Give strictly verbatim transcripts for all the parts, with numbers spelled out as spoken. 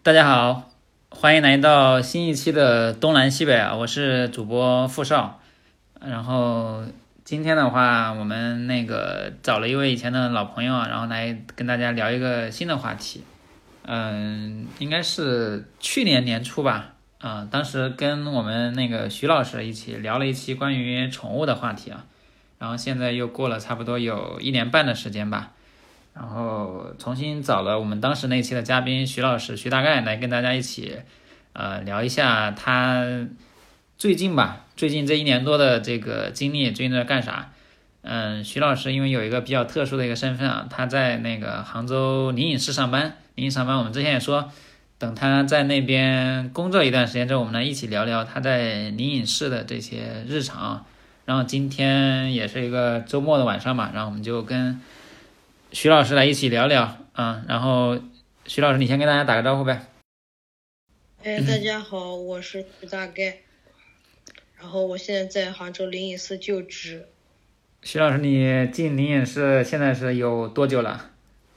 大家好，欢迎来到新一期的东南西北啊，我是主播付少。然后今天的话，我们那个找了一位以前的老朋友啊，然后来跟大家聊一个新的话题。嗯，应该是去年年初吧，啊，当时跟我们那个徐老师一起聊了一期关于宠物的话题啊，然后现在又过了差不多有一年半的时间吧。然后重新找了我们当时那期的嘉宾徐老师徐大概来跟大家一起呃聊一下他最近吧最近这一年多的这个经历，最近在干啥。嗯，徐老师因为有一个比较特殊的一个身份啊，他在那个杭州灵隐寺上班灵隐上班我们之前也说等他在那边工作一段时间之后，我们来一起聊聊他在灵隐寺的这些日常。然后今天也是一个周末的晚上嘛，然后我们就跟徐老师来一起聊聊啊，然后徐老师你先跟大家打个招呼呗。 哎，大家好，我是徐大概，然后我现在在杭州灵隐寺就职。 徐老师你进灵隐寺现在是有多久了？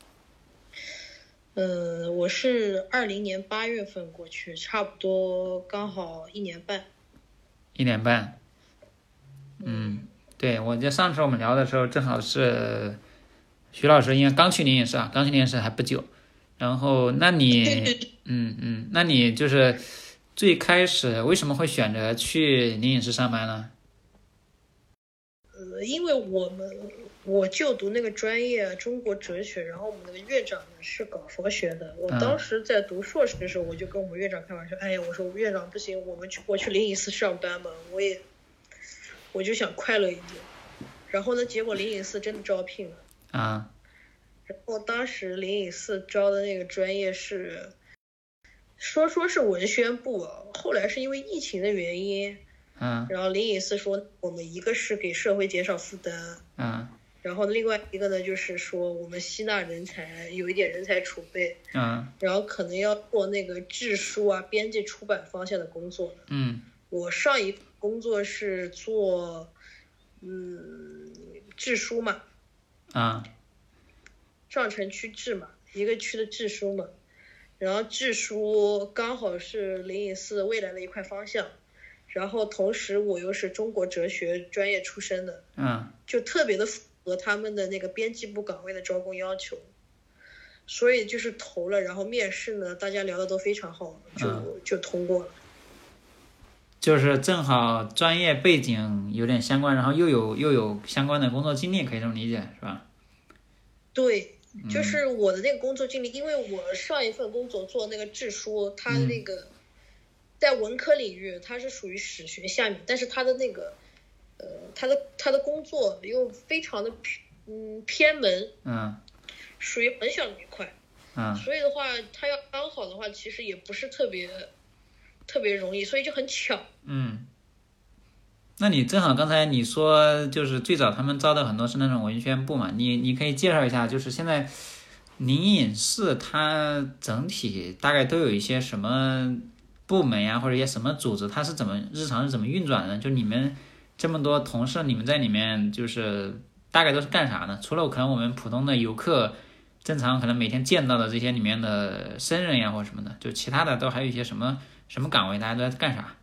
嗯，我是二零年八月份过去，差不多刚好一年半。 一年半。嗯，对，我就上次我们聊的时候正好是徐老师应该刚去灵隐寺啊，刚去灵隐寺还不久。然后那你嗯嗯，那你就是最开始为什么会选择去灵隐寺上班呢？ 呃，因为我们我就读那个专业中国哲学，然后我们那个院长呢是搞佛学的。我当时在读硕士的时候，我就跟我们院长开玩笑，哎呀，我说院长不行，我们去我去灵隐寺上班嘛，我也我就想快乐一点。然后呢，结果灵隐寺真的招聘了啊。 然后当时灵隐寺招的那个专业是说说是文宣部，后来是因为疫情的原因， 嗯， 然后灵隐寺说我们一个是给社会减少负担， 嗯， 然后另外一个呢就是说我们吸纳人才，有一点人才储备， 嗯， 然后可能要做那个制书啊、编辑出版方向的工作。 嗯， 我上一工作是做嗯制书嘛， 啊， 上城区制嘛，一个区的制书嘛，然后制书刚好是灵隐寺未来的一块方向，然后同时我又是中国哲学专业出身的， 嗯， 就特别的符合他们的那个编辑部岗位的招工要求，所以就是投了，然后面试呢，大家聊的都非常好，就、嗯、就通过了。 就是正好专业背景有点相关，然后又有又有相关的工作经历，可以这么理解是吧？ 对，就是我的那个工作经历，嗯、因为我上一份工作做那个制书，它那个、嗯、在文科领域它是属于史学下面，但是它的那个呃，它的它的工作又非常的嗯偏门， 嗯， 属于很小的一块， 嗯， 所以的话，它要刚好的话，其实也不是特别特别容易，所以就很巧。 嗯，那你正好刚才你说就是最早他们招的很多是那种文宣部嘛，你你可以介绍一下，就是现在灵隐寺它整体大概都有一些什么部门呀，或者一些什么组织，它是怎么日常是怎么运转的？就你们这么多同事，你们在里面就是大概都是干啥呢？除了可能我们普通的游客正常可能每天见到的这些里面的僧人呀或者什么的，就其他的都还有一些什么什么岗位，大家都在干啥？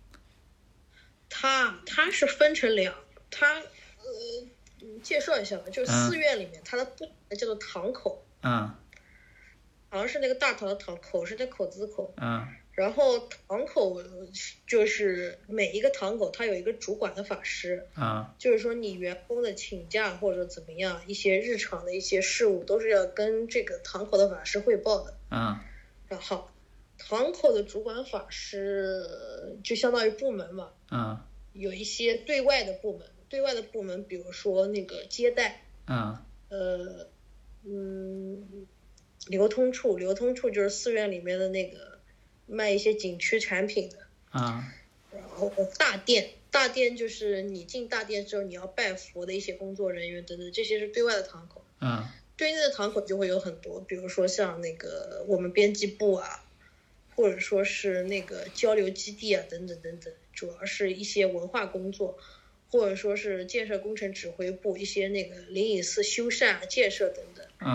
它它是分成两，它呃介绍一下吧，就是寺院里面、嗯、它的部叫做堂口， 嗯， 堂是那个大堂的堂，口是那口字口， 嗯， 然后堂口就是每一个堂口它有一个主管的法师， 嗯， 就是说你员工的请假或者怎么样，一些日常的一些事务都是要跟这个堂口的法师汇报的， 嗯， 然后堂口的主管法师就相当于部门嘛， 嗯， 有一些对外的部门，对外的部门比如说那个接待， 嗯， 呃，嗯，流通处，流通处就是寺院里面的那个卖一些景区产品的， 啊、 嗯，然后大殿，大殿就是你进大殿之后你要拜佛的一些工作人员等等，这些是对外的堂口， 嗯， 对内的堂口就会有很多，比如说像那个我们编辑部啊，或者说是那个交流基地啊等等等等，主要是一些文化工作，或者说是建设工程指挥部，一些那个灵隐寺修缮啊建设等等， 嗯，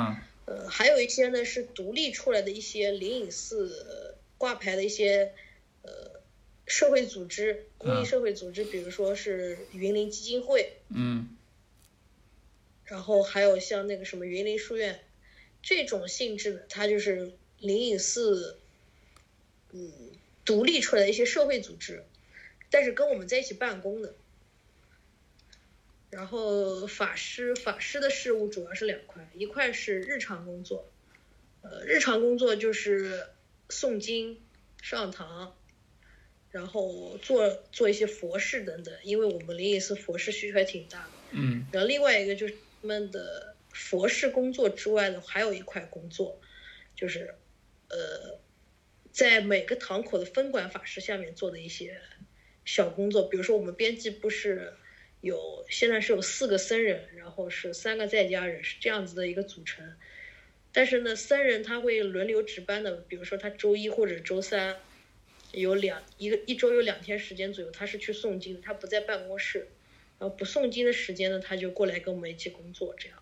呃，还有一些呢是独立出来的一些灵隐寺挂牌的一些呃社会组织，公益社会组织，比如说是云林基金会， 嗯， 然后还有像那个什么云林书院这种性质的，它就是灵隐寺嗯独立出来的一些社会组织，但是跟我们在一起办公的。然后法师法师的事务主要是两块，一块是日常工作，呃，日常工作就是诵经、上堂，然后做做一些佛事等等，因为我们灵隐寺佛事需求还挺大的。 嗯。 然后另外一个就是他们的佛事工作之外的还有一块工作，就是呃，在每个堂口的分管法师下面做的一些小工作，比如说我们编辑部是。有现在是有四个僧人，然后是三个在家人，是这样子的一个组成。但是呢，僧人他会轮流值班的，比如说他周一或者周三有两一个一周有两天时间左右，他是去诵经，他不在办公室。然后不诵经的时间呢，他就过来跟我们一起工作，这样。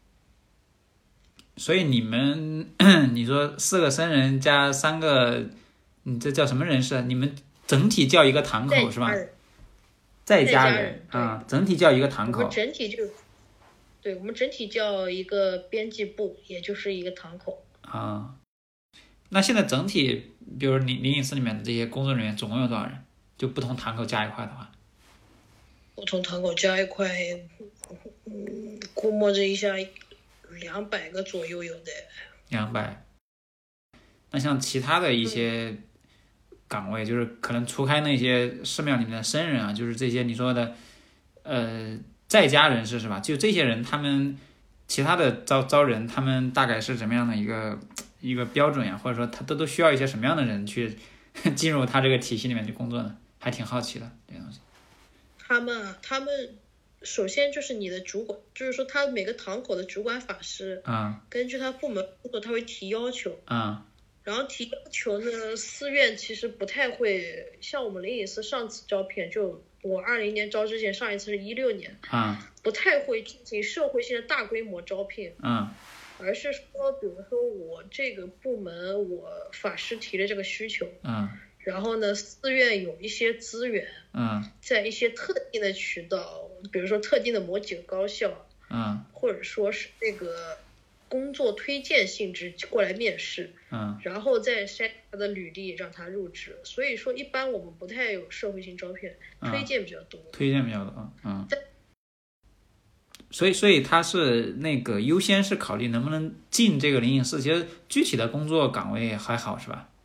所以你们，你说四个僧人加三个，你这叫什么人事？你们整体叫一个堂口是吧？在家人啊，整体叫一个堂口。 我们整体就，对，我们整体叫一个编辑部，也就是一个堂口啊。那现在整体，比如灵灵隐寺里面的这些工作人员，总共有多少人？就不同堂口加一块的话， 不同堂口加一块，嗯，估摸着一下，两百个左右有的。 两百。那像其他的一些。嗯岗位就是可能除开那些寺庙里面的僧人啊，就是这些你说的，呃，在家人士是吧？就这些人，他们其他的招招人，他们大概是怎么样的一个一个标准呀？或者说他都都需要一些什么样的人去进入他这个体系里面去工作呢？还挺好奇的这个东西。 他们他们首先就是你的主管，就是说他每个堂口的主管法师啊， 根据他部门工作，他会提要求啊。 然后提要求呢，寺院其实不太会，像我们灵隐寺上次招聘，就我二零年招之前，上一次是一六年， 啊， 不太会进行社会性的大规模招聘， 嗯， 而是说，比如说我这个部门，我法师提了这个需求， 嗯， 然后呢，寺院有一些资源， 嗯， 在一些特定的渠道，比如说特定的某几个高校， 嗯， 或者说是那个。工作推荐性质过来面试， 嗯， 然后再筛他的履历让他入职。所以说，一般我们不太有社会性招聘， 嗯、 推荐比较多。 推荐比较多，嗯。所以，所以他是那个优先是考虑能不能进这个灵隐寺，其实具体的工作岗位还好是吧？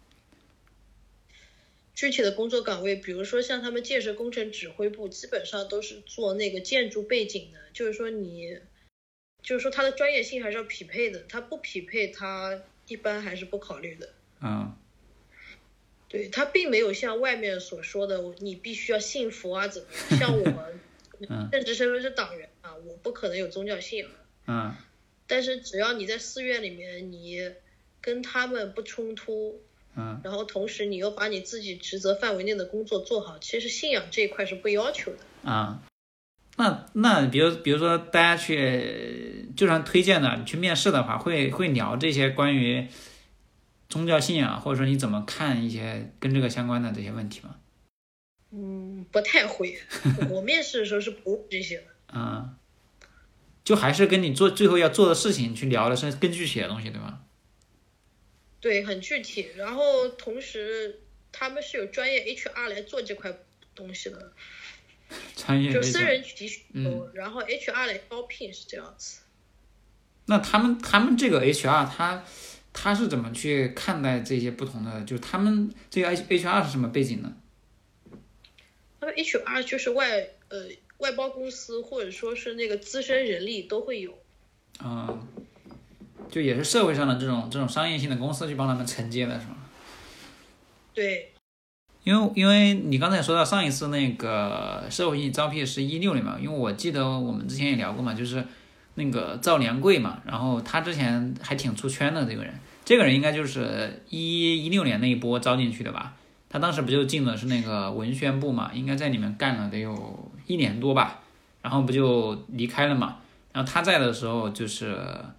具体的工作岗位，比如说像他们建设工程指挥部，基本上都是做那个建筑背景的，就是说你。就是说他的专业性还是要匹配的，他不匹配他一般还是不考虑的。 嗯， 对，他并没有像外面所说的你必须要信佛啊怎么样，像我们政治身份是党员啊，我不可能有宗教信仰。 嗯， 但是只要你在寺院里面你跟他们不冲突， 嗯， 然后同时你又把你自己职责范围内的工作做好，其实信仰这一块是不要求的。 啊。那那比如比如说大家去就算推荐的，你去面试的话，会会聊这些关于宗教信仰，或者说你怎么看一些跟这个相关的这些问题吗？ 嗯，不太会。我面试的时候是不问这些的。 嗯，就还是跟你做最后要做的事情去聊的是更具体的东西，对吗？ 对，很具体。然后同时他们是有专业 H R 来做这块东西的。 专业就私人提需求、 嗯， 然后 H R 来招聘是这样子。 那他们他们这个 H R 他他是怎么去看待这些不同的？就是他们这个 H R 是什么背景呢？ 他们 H R 就是外呃外包公司或者说是那个资深人力都会有。 啊、嗯，就也是社会上的这种这种商业性的公司去帮他们承接的是吗？ 对。 因为因为你刚才也说到上一次那个社会性招聘是一六年嘛，因为我记得我们之前也聊过嘛，就是那个赵连贵嘛，然后他之前还挺出圈的这个人，这个人应该就是一一六年那一波招进去的吧，他当时不就进的是那个文宣部嘛，应该在里面干了得有一年多吧，然后不就离开了嘛，然后他在的时候就是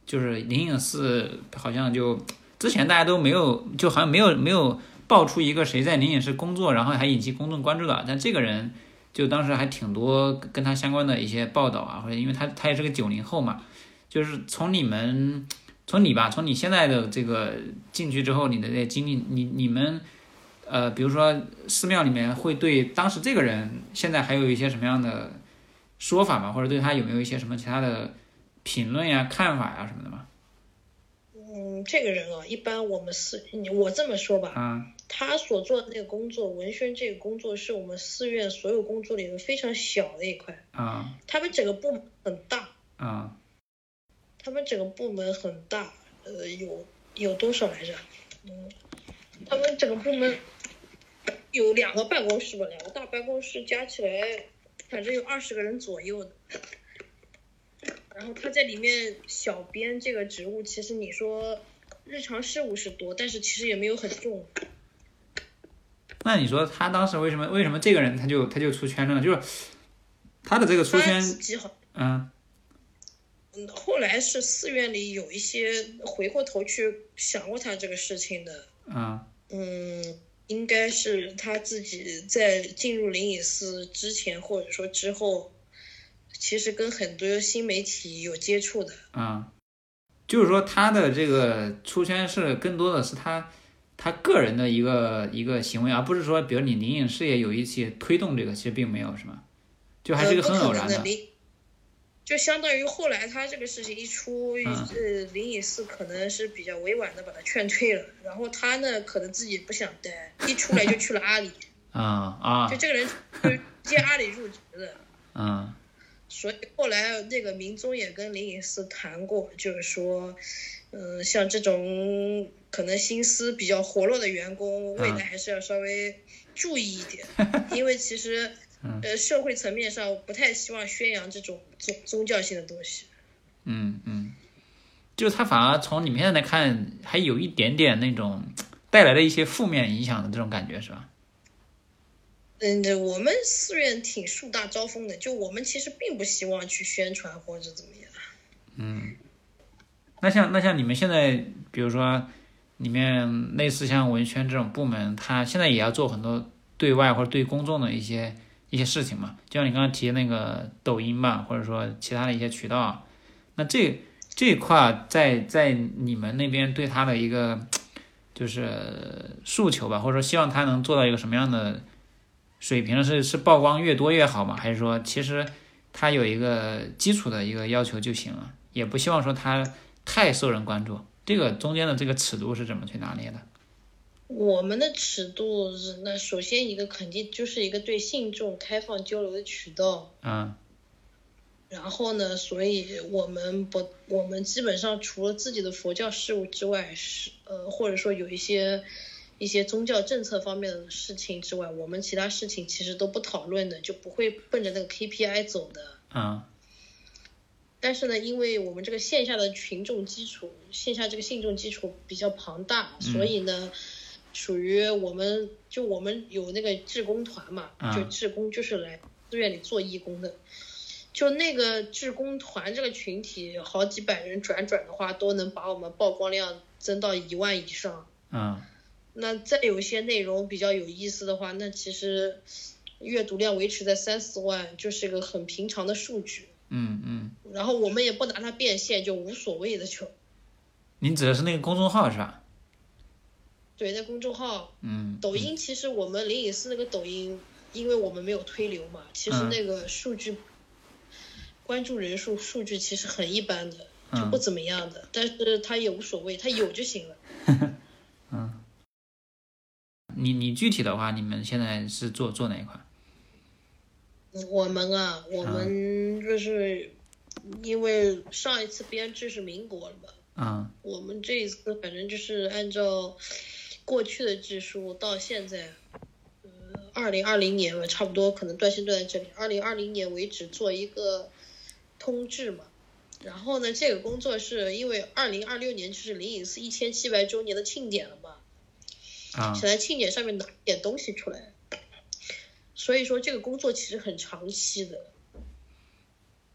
就是灵隐寺好像就之前大家都没有，就好像没有没有爆出一个谁在灵隐寺工作，然后还引起公众关注的，但这个人就当时还挺多跟他相关的一些报道啊，或者因为他他也是个九零后嘛，就是从你们从你吧，从你现在的这个进去之后，你的这些经历，你你们呃，比如说寺庙里面会对当时这个人现在还有一些什么样的说法吗？或者对他有没有一些什么其他的评论呀、看法呀什么的吗？ 嗯，这个人啊，一般我们寺，我这么说吧， 啊， 他所做的那个工作，文宣这个工作是我们寺院所有工作里面非常小的一块。 啊， 他们整个部门很大。 啊， 他们整个部门很大，呃，有有多少来着？嗯，他们整个部门有两个办公室吧，两个大办公室加起来，反正有二十个人左右的。然后他在里面小编这个职务，其实你说日常事务是多，但是其实也没有很重。 那你说他当时为什么为什么这个人他就他就出圈了呢？就是他的这个出圈， 他自己好， 嗯嗯，后来是寺院里有一些回过头去想过他这个事情的。 嗯嗯，应该是他自己在进入灵隐寺之前，或者说之后，其实跟很多新媒体有接触的。 嗯，就是说他的这个出圈是更多的是他他个人的一个一个行为，而不是说比如你灵隐事业有一些推动这个，其实并没有，是吗？就还是一个很偶然的。呃、就相当于后来他这个事情一出， 嗯、 呃，灵隐寺可能是比较委婉的把他劝退了，然后他呢可能自己不想待，一出来就去了阿里。 啊啊！ 就这个人就是接阿里入职的。 嗯。 所以后来那个明宗也跟灵隐寺谈过，就是说，嗯、呃，像这种可能心思比较活络的员工，未来还是要稍微注意一点，因为其实，呃，社会层面上不太希望宣扬这种宗宗教性的东西。 嗯嗯，就他反而从你们现在来看，还有一点点那种带来的一些负面影响的这种感觉，是吧？ 嗯，我们寺院挺树大招风的，就我们其实并不希望去宣传或者怎么样。 嗯，那像那像你们现在，比如说里面类似像文宣这种部门，他现在也要做很多对外或者对公众的一些一些事情嘛，就像你刚刚提的那个抖音吧，或者说其他的一些渠道，那这这一块在在你们那边对他的一个就是诉求吧，或者说希望他能做到一个什么样的水平，是是曝光越多越好吗？还是说其实他有一个基础的一个要求就行了，也不希望说他太受人关注？这个中间的这个尺度是怎么去拿捏的？ 我们的尺度是，那首先一个肯定就是一个对信众开放交流的渠道。 嗯。 然后呢，所以我们不，我们基本上除了自己的佛教事务之外，是呃，或者说有一些一些宗教政策方面的事情之外，我们其他事情其实都不讨论的，就不会奔着那个 K P I 走的。 嗯。 但是呢，因为我们这个线下的群众基础，线下这个信众基础比较庞大， 嗯、 所以呢，属于我们就我们有那个志工团嘛， 嗯、 就志工就是来寺院里做义工的。就那个志工团这个群体，好几百人转转的话，都能把我们曝光量增到一万以上。 嗯。 那再有一些内容比较有意思的话，那其实阅读量维持在三四万，就是个很平常的数据。 嗯嗯。 然后我们也不拿它变现，就无所谓的就。 您指的是那个公众号是吧？ 对，那公众号。 嗯。 抖音其实我们灵隐寺那个抖音，因为我们没有推流嘛，其实那个数据。嗯，关注人数数据其实很一般的，就不怎么样的，嗯、但是他也无所谓，他有就行了。 嗯，你你具体的话，你们现在是做做哪一块？ 我们啊，我们就是因为上一次编制是民国了嘛， 嗯， 我们这一次反正就是按照过去的制数到现在。呃，二零二零年吧，差不多可能断线断在这里。二零二零年为止做一个通知嘛，然后呢，这个工作是因为二零二六年就是灵隐寺一千七百周年的庆典了嘛， 啊， 想在庆典上面拿点东西出来，所以说这个工作其实很长期的。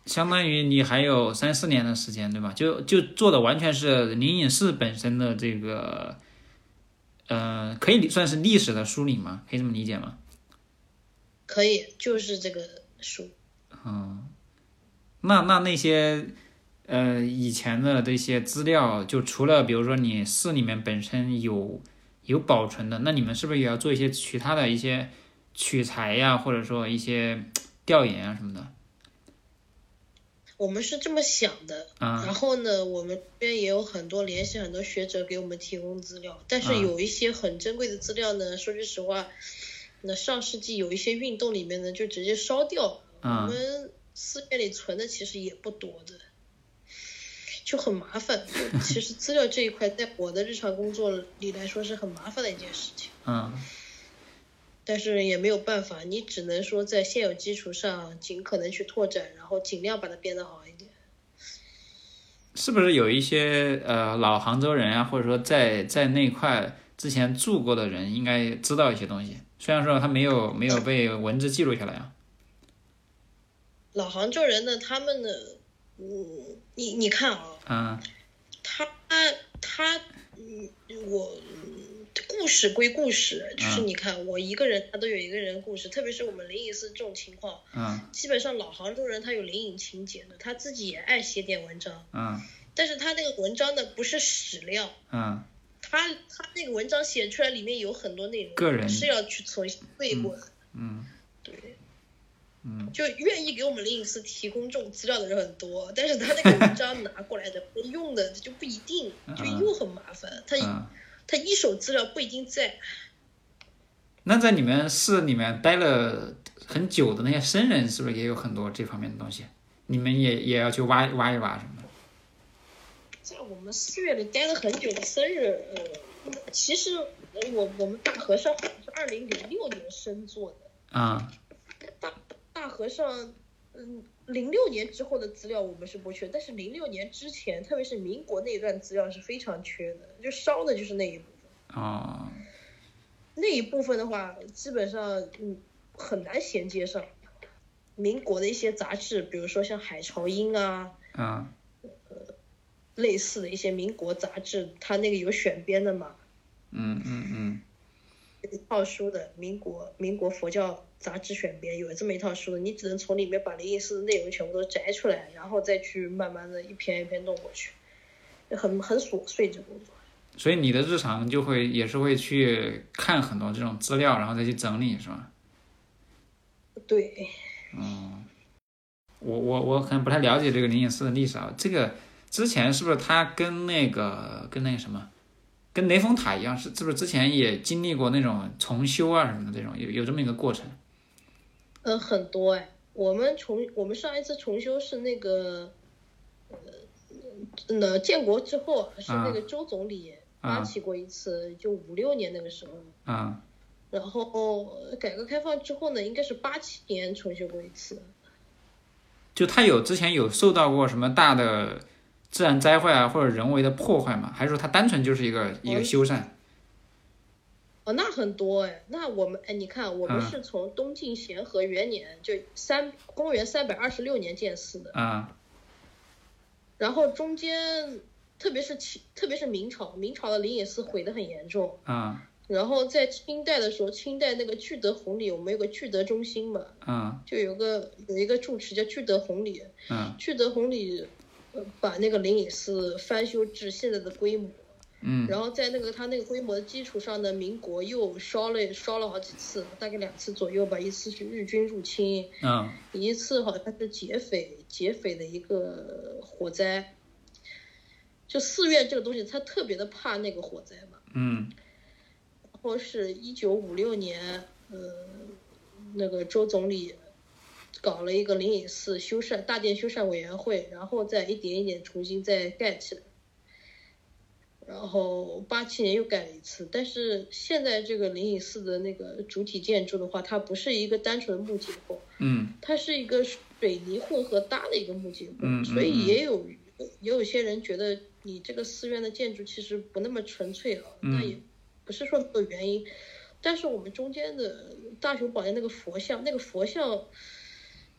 相当于你还有三四年的时间，对吧？就就做的完全是灵隐寺本身的这个，呃，可以算是历史的梳理吗？可以这么理解吗？ 可以，就是这个书。 嗯，那那那些呃以前的这些资料，就除了比如说你寺里面本身有有保存的，那你们是不是也要做一些其他的一些取材呀，或者说一些调研啊什么的？ 我们是这么想的， 啊、 然后呢，我们这边也有很多联系很多学者给我们提供资料，但是啊有一些很珍贵的资料呢，说句实话，那上世纪有一些运动里面呢就直接烧掉了， 啊、 我们寺院里存的其实也不多的，就很麻烦。就其实资料这一块，在我的日常工作里来说是很麻烦的一件事情。 嗯。 但是也没有办法，你只能说在现有基础上尽可能去拓展，然后尽量把它变得好一点。 是不是有一些呃老杭州人啊，或者说在在那块之前住过的人，应该知道一些东西？虽然说他没有没有被文字记录下来啊。 老杭州人呢，他们呢，嗯，你你看啊， 嗯他他嗯，我故事归故事，就是你看我一个人，他都有一个人故事，特别是我们灵隐寺这种情况， 嗯基本上老杭州人他有灵隐情节的，他自己也爱写点文章， 嗯但是他那个文章呢不是史料， 嗯， 他他那个文章写出来里面有很多内容， 个人是要去重新对过的， 嗯对。 嗯， 就愿意给我们灵隐寺提供这种资料的人很多，但是他那个文章拿过来的用的就不一定，就又很麻烦。他、 嗯、 他一手资料不一定在。 那在你们寺里面待了很久的那些僧人，是不是也有很多这方面的东西？你们也也要去挖挖一挖什么的？ 在我们寺院里待了很久的僧人，呃，其实我我们大和尚好像是二零零六年生做的。 啊、 大大和尚，嗯，零六年之后的资料我们是不缺，但是零六年之前，特别是民国那一段资料是非常缺的，就烧的就是那一部分。 哦， 那一部分的话，基本上嗯很难衔接上。民国的一些杂志，比如说像《海潮音》啊， 啊、 呃，类似的一些民国杂志，它那个有选编的嘛。 嗯嗯嗯。 一套书的民国民国佛教杂志选编有这么一套书的，你只能从里面把灵隐寺的内容全部都摘出来，然后再去慢慢的一篇一篇弄过去，很很琐碎这工作。 所以你的日常就会也是会去看很多这种资料，然后再去整理，是吧？ 对。 嗯，我我我可能不太了解这个灵隐寺的历史啊。这个之前是不是它跟那个跟那个什么，跟雷峰塔一样，是是不是之前也经历过那种重修啊什么的这种，有有这么一个过程？ 嗯，很多哎。我们重我们上一次重修是那个，呃，那建国之后啊，是那个周总理发起过一次，就五六年那个时候。 啊。 然后改革开放之后呢，应该是八七年重修过一次。 就它有之前有受到过什么大的自然灾害啊，或者人为的破坏吗？还是说它单纯就是一个一个修缮？ 哦，那很多哎。那我们哎，你看，我们是从东晋咸和元年，就三公元三百二十六年建寺的。 啊。 然后中间，特别是清，特别是明朝，明朝的灵隐寺毁得很严重。 啊。 然后在清代的时候，清代那个聚德弘里，我们有个聚德中心嘛， 嗯， 就有个有一个住持叫聚德弘里， 嗯， 聚德弘里，呃，把那个灵隐寺翻修至现在的规模， 嗯， 然后在那个他那个规模的基础上呢，民国又烧了烧了好几次，大概两次左右吧，一次是日军入侵， 嗯，一次好像是劫匪劫匪的一个火灾，就寺院这个东西，他特别的怕那个火灾嘛， 嗯。 然后是一九五六年，呃，那个周总理搞了一个灵隐寺修缮大殿修缮委员会，然后再一点一点重新再盖起来。然后八七年又盖了一次，但是现在这个灵隐寺的那个主体建筑的话，它不是一个单纯的木结构， 嗯， 它是一个水泥混合搭的一个木结构， 嗯， 所以也有也有些人觉得你这个寺院的建筑其实不那么纯粹了， 嗯， 那也不是说没有原因，但是我们中间的大雄宝殿那个佛像，那个佛像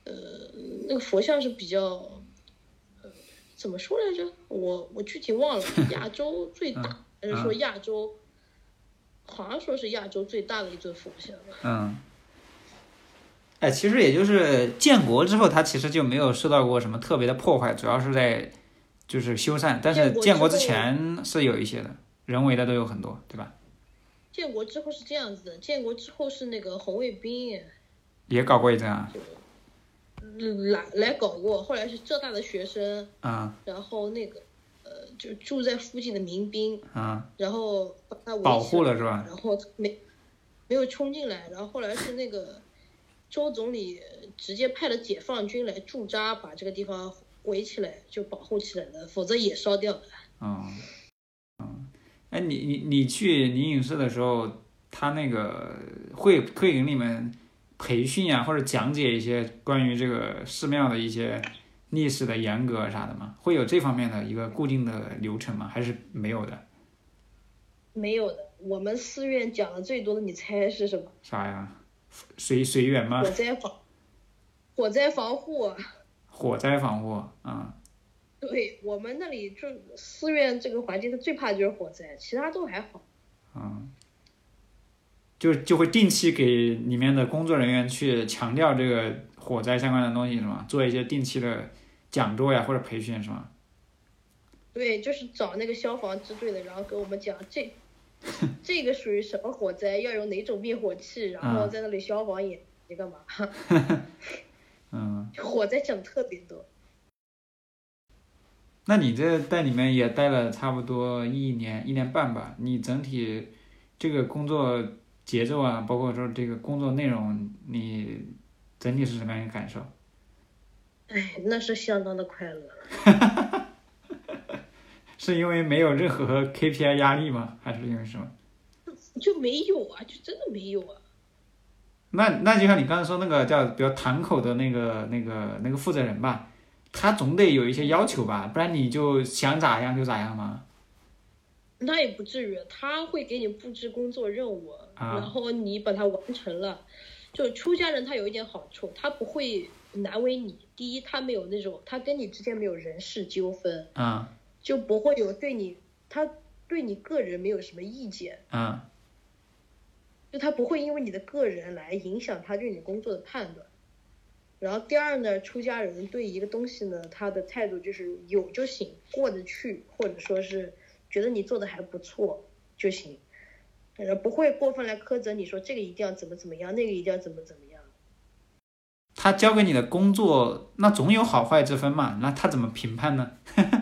呃，那个佛像是比较，呃，怎么说来着？我我具体忘了，亚洲最大，还是说亚洲，好像说是亚洲最大的一尊佛像吧。 嗯。哎，其实也就是建国之后，它其实就没有受到过什么特别的破坏，主要是在就是修缮。但是建国之前是有一些的，人为的都有很多，对吧？ 建国之后是这样子的，建国之后是那个红卫兵也搞过一阵啊。 来来搞过，后来是浙大的学生啊、 嗯，然后那个呃，就住在附近的民兵啊、 嗯，然后把他保护了是吧？ 然后没没有冲进来，然后后来是那个周总理直接派了解放军来驻扎，把这个地方围起来，就保护起来了，否则也烧掉了。 哦，嗯，哎，你你你去灵隐寺的时候，他那个会会给你们培训啊，或者讲解一些关于这个寺庙的一些历史的严格啥的吗？会有这方面的一个固定的流程吗？还是没有的？ 没有的，我们寺院讲的最多的，你猜是什么？ 啥呀？随随缘吗？ 火灾防，火灾防护。 火灾防护啊、嗯。 对，我们那里就寺院这个环境，它最怕就是火灾，其他都还好。 嗯。就就会定期给里面的工作人员去强调这个火灾相关的东西是吗？做一些定期的讲座呀或者培训是吗？ 对，就是找那个消防支队的，然后给我们讲这这个属于什么火灾，要用哪种灭火器，然后在那里消防演你干嘛？ 嗯， 火灾讲特别多。 那你这在里面也待了差不多一年一年半吧？你整体这个工作节奏啊，包括说这个工作内容，你整体是什么样的感受？ 哎，那是相当的快乐。 是因为没有任何 K P I 压力吗？还是因为什么？ 就没有啊，就真的没有啊。 那那就像你刚才说那个叫比较堂口的那个那个那个负责人吧，他总得有一些要求吧，不然你就想咋样就咋样吗？ 那也不至于，他会给你布置工作任务， 啊、 然后你把它完成了。就出家人他有一点好处，他不会难为你。第一，他没有那种，他跟你之间没有人事纠纷， 啊、 嗯，就不会有对你，他对你个人没有什么意见， 啊、 嗯，就他不会因为你的个人来影响他对你工作的判断。然后第二呢，出家人对一个东西呢，他的态度就是有就行，过得去，或者说是觉得你做的还不错就行，不会过分来苛责你说这个一定要怎么怎么样，那个一定要怎么怎么样。 他交给你的工作，那总有好坏之分嘛，那他怎么评判呢？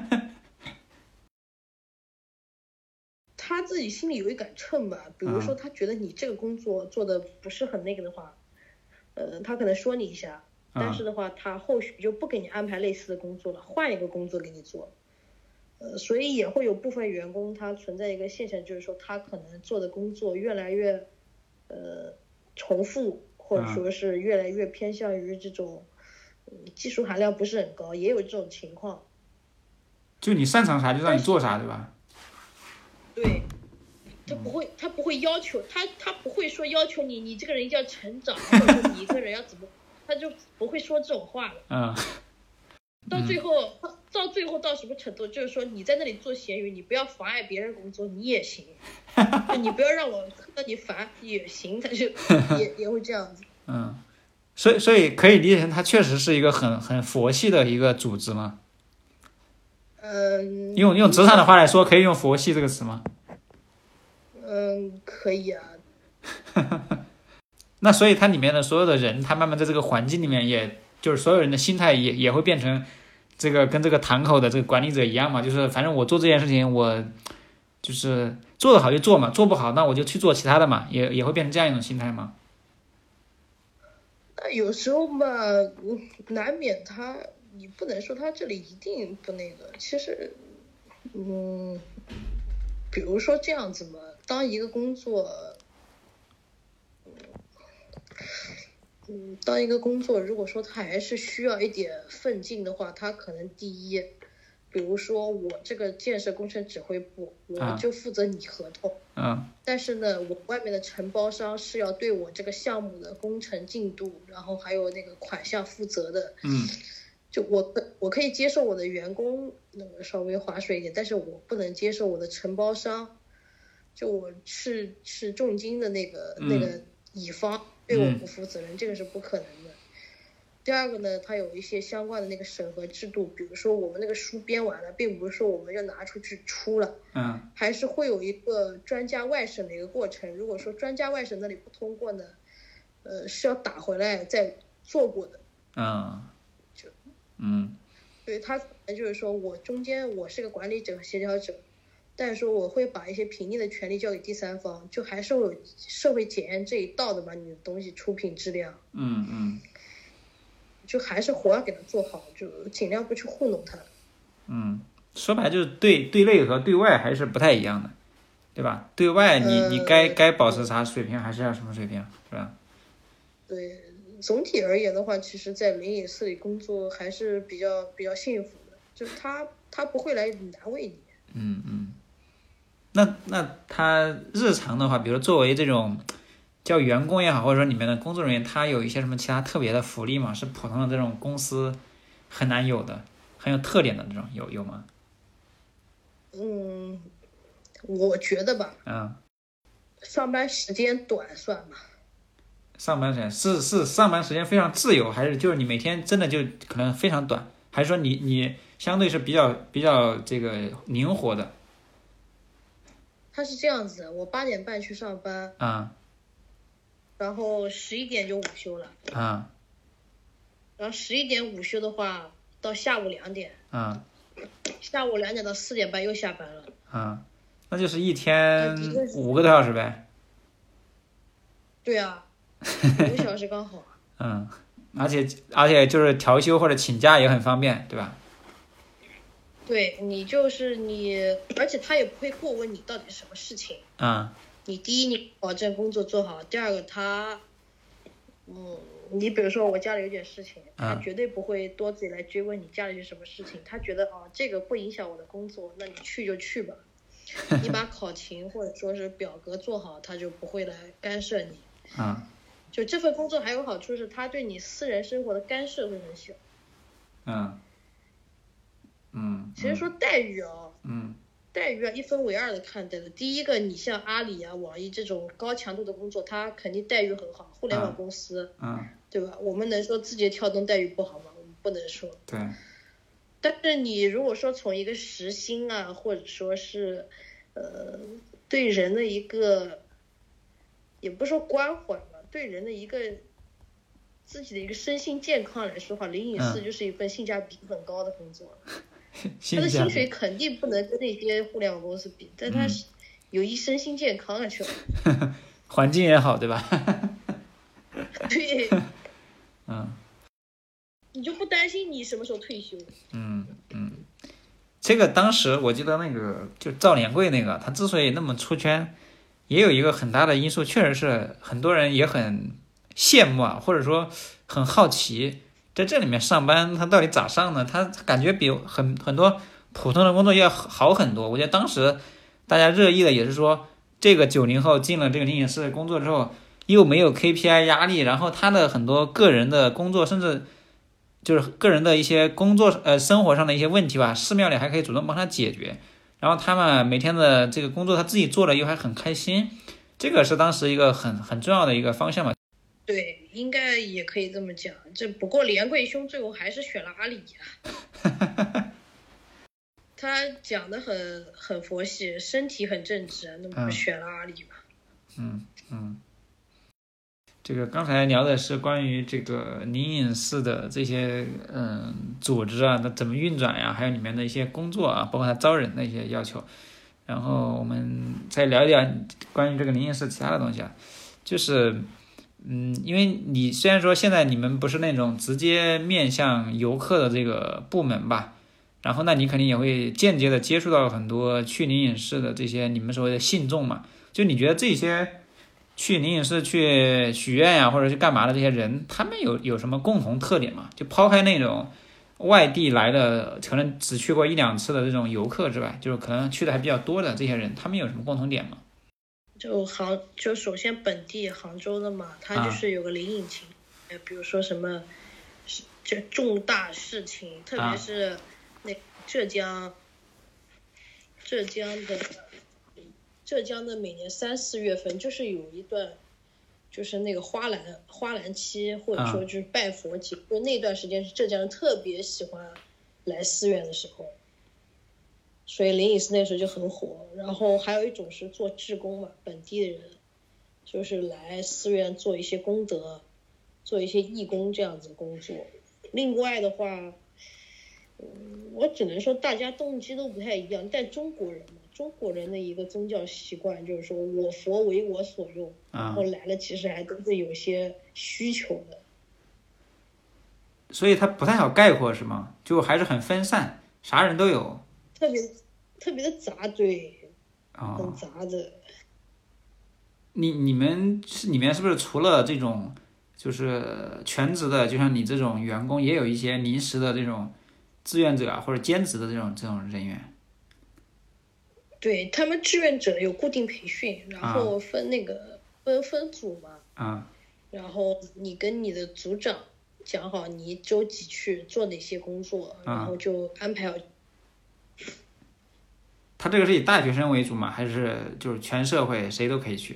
他自己心里有一杆秤吧，比如说他觉得你这个工作做的不是很那个的话，呃，他可能说你一下，但是的话，他后续就不给你安排类似的工作了，换一个工作给你做。呃，所以也会有部分员工他存在一个现象，就是说他可能做的工作越来越呃重复，或者说是越来越偏向于这种、嗯、技术含量不是很高，也有这种情况。 就你擅长啥就让你做啥，对吧？ 对，他不会，他不会要求他，他不会说要求你，你这个人一定要成长，或者说你一个人要怎么，他就不会说这种话了。 嗯。 到最后，嗯、到最后到什么程度？就是说你在那里做闲鱼，你不要妨碍别人工作，你也行。就你不要让我让你烦也行，他就也也会这样子。 嗯，所以所以可以理解成，它确实是一个很很佛系的一个组织吗？ 嗯， 用用职场的话来说，可以用佛系这个词吗？ 嗯，可以啊。 那所以它里面的所有的人，他慢慢在这个环境里面也，也就是所有人的心态也也会变成这个跟这个堂口的这个管理者一样嘛，就是反正我做这件事情，我就是做得好就做嘛，做不好那我就去做其他的嘛，也也会变成这样一种心态吗？ 那有时候嘛，难免他，你不能说他这里一定不那个。其实，嗯，比如说这样子嘛，当一个工作，嗯，当一个工作如果说他还是需要一点奋进的话，他可能第一， 比如说我这个建设工程指挥部，我就负责拟合同， 嗯， 但是呢，我外面的承包商是要对我这个项目的工程进度，然后还有那个款项负责的， 嗯， 就我我可以接受我的员工那个稍微划水一点，但是我不能接受我的承包商，就我是是重金的那个、 嗯、 那个乙方对我不负责任、嗯，这个是不可能的。第二个呢，它有一些相关的那个审核制度，比如说我们那个书编完了，并不是说我们就拿出去出了， 嗯， 还是会有一个专家外审的一个过程。如果说专家外审那里不通过呢，呃，是要打回来再做过的。 嗯， 就嗯， 对，他可能就是说我中间我是个管理者和协调者，但是说我会把一些评定的权利交给第三方，就还是会有社会检验这一道的嘛，你的东西出品质量。 嗯嗯。 就还是活要给他做好，就尽量不去糊弄他。 嗯，说白就是对对内和对外还是不太一样的，对吧？对外你、呃、你该该保持啥水平，还是要什么水平，是吧？ 对，总体而言的话，其实，在灵隐寺里工作还是比较比较幸福的，就是他他不会来难为你。 嗯嗯。那那他日常的话，比如作为这种叫员工也好，或者说里面的工作人员，他有一些什么其他特别的福利吗？是普通的这种公司很难有的，很有特点的这种，有有吗？ 嗯，我觉得吧， 嗯， 上班时间短算吗？ 上班时间是是上班时间非常自由，还是就是你每天真的就可能非常短，还是说你你相对是比较比较这个灵活的？ 他是这样子的，我八点半去上班啊。 然后十一点就午休了啊， 然后十一点午休的话，到下午两点啊， 下午两点到四点半又下班了啊，那就是一天五个多小时呗。 对啊，五个小时刚好。 嗯，而且而且就是调休或者请假也很方便，对吧？ 对，你就是你，而且他也不会过问你到底是什么事情。 啊。 你第一，你保证工作做好；第二个，他，嗯，你比如说我家里有点事情，他绝对不会多自己来追问你家里是什么事情。他觉得啊，这个不影响我的工作，那你去就去吧。你把考勤或者说是表格做好，他就不会来干涉你。 啊， 就这份工作还有好处是，他对你私人生活的干涉会很小。 嗯。嗯。 其实说待遇啊， 嗯。 待遇啊，一分为二的看待的。第一个，你像阿里啊、网易这种高强度的工作，它肯定待遇很好。互联网公司， 嗯，嗯对吧？我们能说字节跳动待遇不好吗？我们不能说。 对。 但是你如果说从一个时薪啊，或者说是，呃，对人的一个，也不是说关怀吧，对人的一个自己的一个身心健康来说的话，灵隐寺就是一份性价比很高的工作。嗯他的薪水肯定不能跟那些互联网公司比，但他是有益身心健康啊，去、 嗯、环境也好，对吧？ 对， 嗯， 你就不担心你什么时候退休？ 嗯嗯，这个当时我记得那个就赵连贵那个，他之所以那么出圈，也有一个很大的因素，确实是很多人也很羡慕啊，或者说很好奇。在这里面上班，他到底咋上呢？他感觉比很很多普通的工作要好很多。我觉得当时大家热议的也是说，这个九零后进了这个灵隐寺工作之后，又没有 K P I 压力，然后他的很多个人的工作，甚至就是个人的一些工作呃生活上的一些问题吧，寺庙里还可以主动帮他解决。然后他们每天的这个工作他自己做了又还很开心，这个是当时一个很很重要的一个方向嘛。 对，应该也可以这么讲。这不过连贵兄最后还是选了阿里啊。他讲的很很佛系，身体很正直，那么不选了阿里嘛？ 嗯嗯。这个刚才聊的是关于这个灵隐寺的这些嗯组织啊，它怎么运转呀，还有里面的一些工作啊，包括它招人的一些要求。然后我们再聊一聊关于这个灵隐寺其他的东西啊，就是。嗯，因为你虽然说现在你们不是那种直接面向游客的这个部门吧，然后那你肯定也会间接的接触到很多去灵隐寺的这些你们所谓的信众嘛，就你觉得这些去灵隐寺去许愿呀、啊、或者去干嘛的这些人，他们有有什么共同特点吗？就抛开那种外地来的可能只去过一两次的这种游客之外，就是可能去的还比较多的这些人，他们有什么共同点吗？ 就杭就首先本地杭州的嘛，它就是有个灵隐情，啊、比如说什么就重大事情，特别是那浙江、啊、浙江的浙江的每年三四月份就是有一段。就是那个花篮花篮期，或者说就是拜佛节，就、啊、那段时间是浙江人特别喜欢来寺院的时候，所以灵隐寺那时候就很火。然后还有一种是做志工嘛，本地的人就是来寺院做一些功德，做一些义工这样子工作。另外的话，嗯，我只能说大家动机都不太一样，但中国人嘛。中国人的一个宗教习惯就是说我佛为我所用，然后来了其实还都是有些需求的， 所以它不太好概括是吗？就还是很分散，啥人都有， 特别特别的杂，对，哦、很杂的。 你你们是里面是不是除了这种就是全职的，就像你这种员工，也有一些临时的这种志愿者啊，或者兼职的这种这种人员？ 对，他们志愿者有固定培训，然后分那个、啊、分分组嘛， 啊， 然后你跟你的组长讲好你一周几去做哪些工作，啊、然后就安排好。 他这个是以大学生为主吗？还是就是全社会谁都可以去？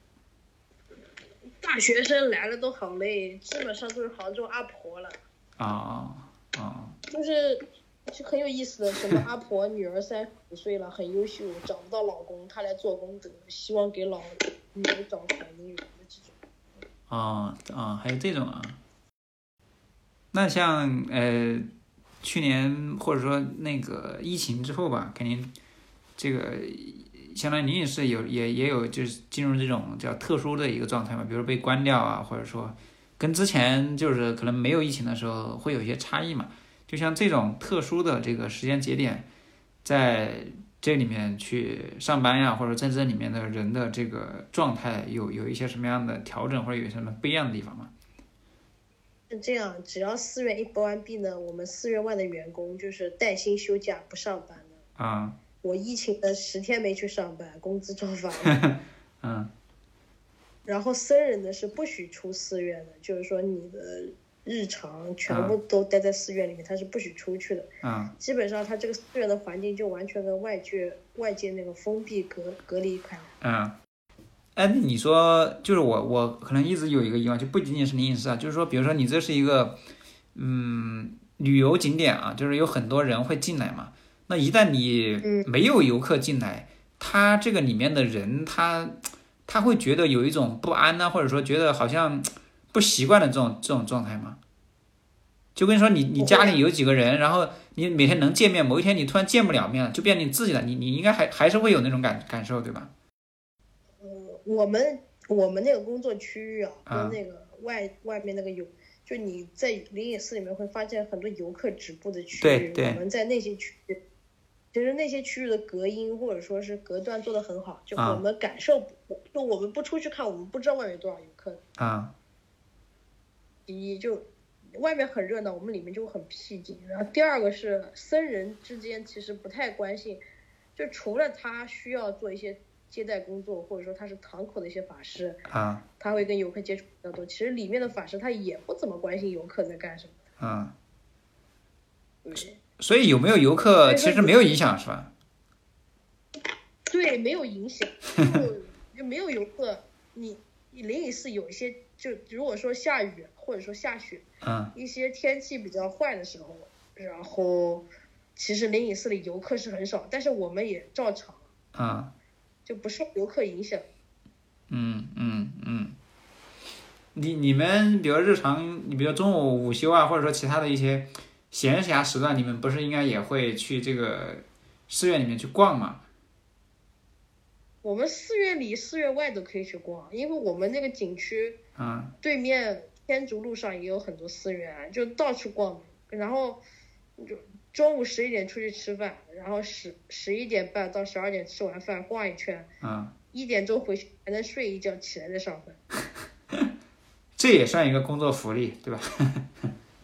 大学生来了都好累，基本上都是杭州阿婆了。 啊啊、哦哦！ 就是就很有意思的，什么阿婆女儿三十五岁了，很优秀，找不到老公，她来做功德，希望给老女儿找好姻缘的这种。 啊啊，还有这种啊。那像呃，去年或者说那个疫情之后吧，肯定这个相当于您也是有也也有就是进入这种叫特殊的一个状态嘛，比如被关掉啊，或者说跟之前就是可能没有疫情的时候会有一些差异嘛。就像这种特殊的这个时间节点，在这里面去上班呀，或者在这里面的人的这个状态有有一些什么样的调整，或者有什么不一样的地方吗？ 是这样，只要寺院一关闭呢，我们寺院外的员工就是带薪休假不上班的。 啊， 我疫情的十天没去上班，工资照发。 嗯。 然后僧人呢是不许出寺院的，就是说你的日常全部都待在寺院里面，他是不许出去的。 嗯， 基本上他这个寺院的环境就完全跟外界外界那个封闭隔隔离开来。 嗯，哎，你说就是我我可能一直有一个疑问，就不仅仅是灵隐寺啊，就是说，比如说你这是一个嗯旅游景点啊，就是有很多人会进来嘛，那一旦你没有游客进来，嗯、他这个里面的人他他会觉得有一种不安呢、啊，或者说觉得好像不习惯的这种这种状态吗？就跟你说你你家里有几个人，然后你每天能见面，某一天你突然见不了面了，就变成你自己了，你你应该还还是会有那种感感受，对吧？ 嗯，我们我们那个工作区域啊，跟那个外、啊、外面那个有，就你在灵隐寺里面会发现很多游客止步的区域， 对对， 我们在那些区域，其实那些区域的隔音或者说是隔断做得很好，就我们感受不、啊，就我们不出去看，我们不知道外面有多少游客啊。 第一就。外面很热闹，我们里面就很僻静。然后第二个是僧人之间其实不太关心，就除了他需要做一些接待工作，或者说他是堂口的一些法师啊， 他会跟游客接触比较多。其实里面的法师他也不怎么关心游客在干什么。 啊， 对。 所以有没有游客其实没有影响是吧？ 对，没有影响，就没有游客。你灵隐寺有一些，就如果说下雨或者说下雪。 嗯， 一些天气比较坏的时候，然后其实灵隐寺里游客是很少，但是我们也照常， 啊， 就不受游客影响。 嗯嗯嗯，你你们比如日常，你比如中午午休啊，或者说其他的一些闲暇时段，你们不是应该也会去这个寺院里面去逛吗？ 我们寺院里、寺院外都可以去逛，因为我们那个景区， 啊， 对面。天竺路上也有很多寺院，就到处逛，然后就中午十一点出去吃饭，然后十十一点半到十二点吃完饭逛一圈， 啊， 一点钟回去还能睡一觉，起来再上班。 这也算一个工作福利，对吧？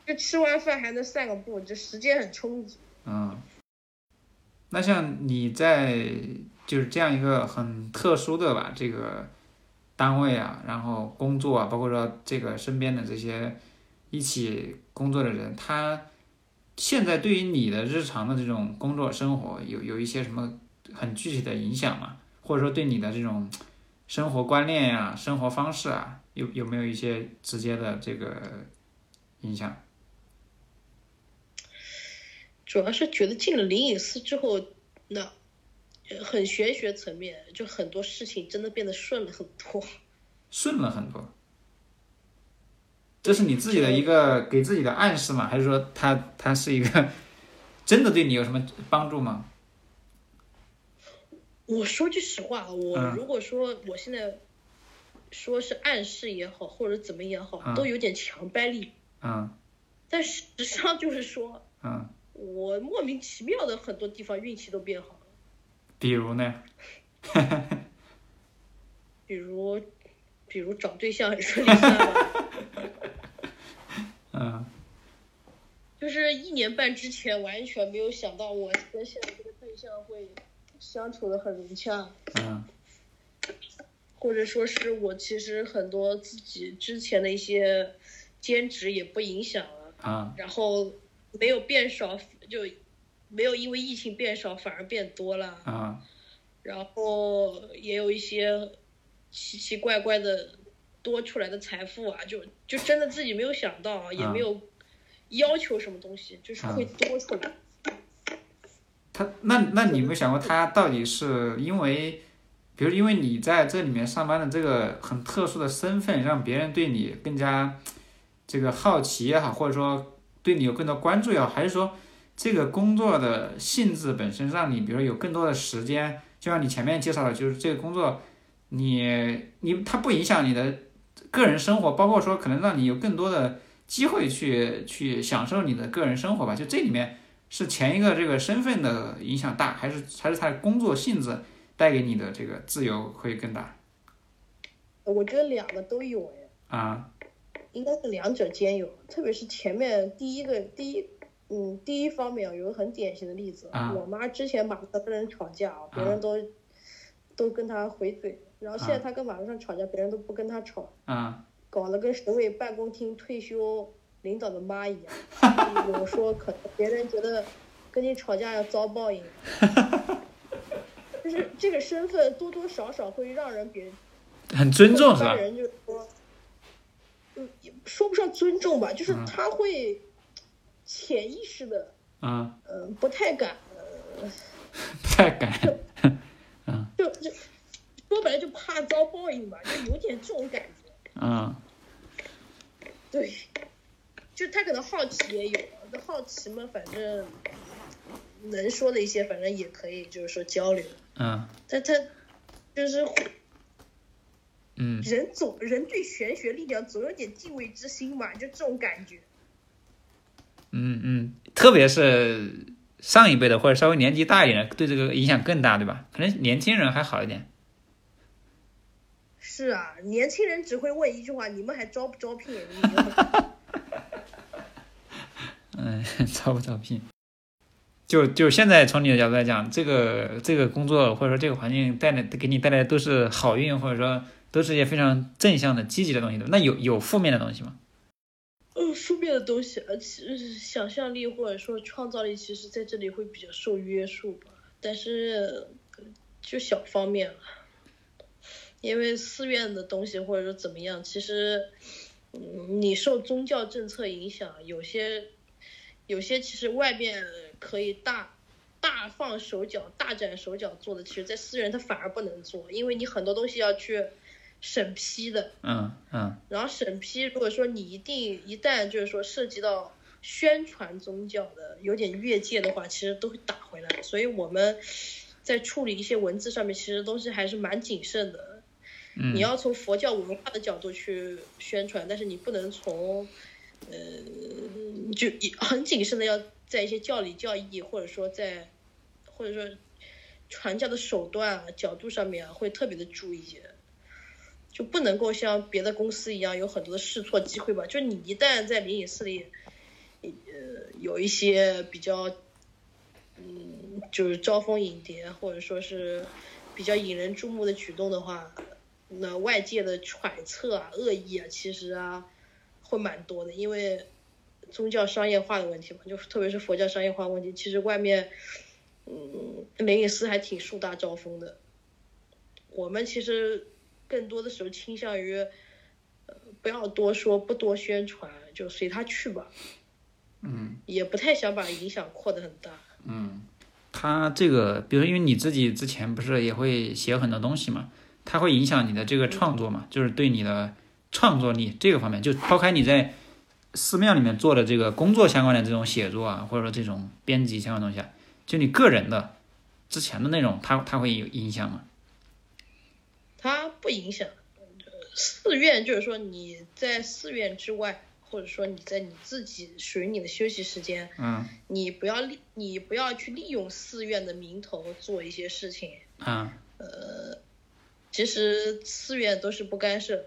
就吃完饭还能散个步，这时间很充足。 嗯，那像你在就是这样一个很特殊的吧这个单位啊，然后工作啊，包括说这个身边的这些一起工作的人，他现在对于你的日常的这种工作生活有有一些什么很具体的影响吗？或者说对你的这种生活观念呀、生活方式啊，有有没有一些直接的这个影响？ 主要是觉得进了灵隐寺之后，那很玄学层面，就很多事情真的变得顺了很多。 顺了很多，这是你自己的一个给自己的暗示吗？还是说它它是一个真的对你有什么帮助吗？ 我说句实话，我如果说我现在说是暗示也好，或者怎么也好， 嗯都有点强掰力。 嗯但实际上就是说， 嗯， 我莫名其妙的很多地方运气都变好了。 比如呢？ 比如，比如找对象很顺利算吧。 嗯就是一年半之前完全没有想到我跟现在这个对象会相处的很融洽。 嗯或者说是我其实很多自己之前的一些兼职也不影响了。 啊然后没有变少，就没有因为疫情变少反而变多了。 啊然后也有一些奇奇怪怪的多出来的财富啊，就就真的自己没有想到啊，也没有要求什么东西，就是会多出来。 他那那你有没有想过，他到底是因为，比如因为你在这里面上班的这个很特殊的身份，让别人对你更加这个好奇也好，或者说对你有更多关注也好，还是说这个工作的性质本身让你，比如有更多的时间，就像你前面介绍的，就是这个工作，你你它不影响你的个人生活，包括说可能让你有更多的机会去去享受你的个人生活吧，就这里面。是前一个这个身份的影响大，还是还是他的工作性质带给你的这个自由会更大？ 我觉得两个都有哎。 啊， 应该是两者兼有，特别是前面第一个第一嗯第一方面有个很典型的例子。 啊、 我妈之前马路上跟人吵架，别人都、啊、都跟她回嘴，然后现在她跟马路上吵架，别人都不跟她吵， 啊， 搞得跟省委办公厅退休领导的妈一样。我说可能别人觉得跟你吵架要遭报应，就是这个身份多多少少会让人别人很尊重是吧？ 人就是说，嗯，说不上尊重吧，就是他会潜意识的， 嗯， 呃，不太敢，呃、 不太敢，嗯， 就就说白了就怕遭报应吧，就有点这种感觉。 嗯， 对。就他可能好奇也有，那好奇嘛，反正能说的一些，反正也可以，就是说交流。 嗯， 但他就是， 嗯， 人总人对玄学力量总有点敬畏之心嘛，就这种感觉。 嗯嗯，特别是上一辈的或者稍微年纪大一点的，对这个影响更大，对吧？可能年轻人还好一点。 是啊，年轻人只会问一句话：你们还招不招聘？ 嗯，招不招聘？就就现在从你的角度来讲，这个这个工作或者说这个环境带来给你带来的都是好运，或者说都是一些非常正向的、积极的东西的。那有有负面的东西吗？ 嗯，负面的东西，呃，其实想象力或者说创造力，其实在这里会比较受约束吧。但是就小方面了，因为寺院的东西或者说怎么样，其实，嗯，你受宗教政策影响，有些。有些其实外面可以大大放手脚、大展手脚做的，其实在私人他反而不能做，因为你很多东西要去审批的。 嗯嗯。 然后审批，如果说你一定一旦就是说涉及到宣传宗教的有点越界的话，其实都会打回来。所以我们在处理一些文字上面，其实东西还是蛮谨慎的。 嗯。 你要从佛教文化的角度去宣传，但是你不能从。呃，就很谨慎的要在一些教理教义，或者说在，或者说传教的手段啊、角度上面啊，会特别的注意，就不能够像别的公司一样有很多的试错机会吧。就你一旦在灵隐寺里呃有一些比较嗯就是招蜂引蝶或者说是比较引人注目的举动的话，那外界的揣测啊恶意啊其实啊会蛮多的，因为宗教商业化的问题嘛，就特别是佛教商业化问题，其实外面嗯灵隐寺还挺树大招风的。我们其实更多的时候倾向于呃不要多说不多宣传，就随他去吧。 嗯， 也不太想把影响扩得很大。 嗯，他这个比如因为你自己之前不是也会写很多东西嘛，它会影响你的这个创作嘛，就是对你的创作力这个方面，就抛开你在寺庙里面做的这个工作相关的这种写作啊，或者说这种编辑相关的东西啊，就你个人的之前的内容，它它会有影响吗？ 它不影响。寺院就是说你在寺院之外，或者说你在你自己属于你的休息时间， 嗯， 你不要利你不要去利用寺院的名头做一些事情。 啊， 呃，其实寺院都是不干涉。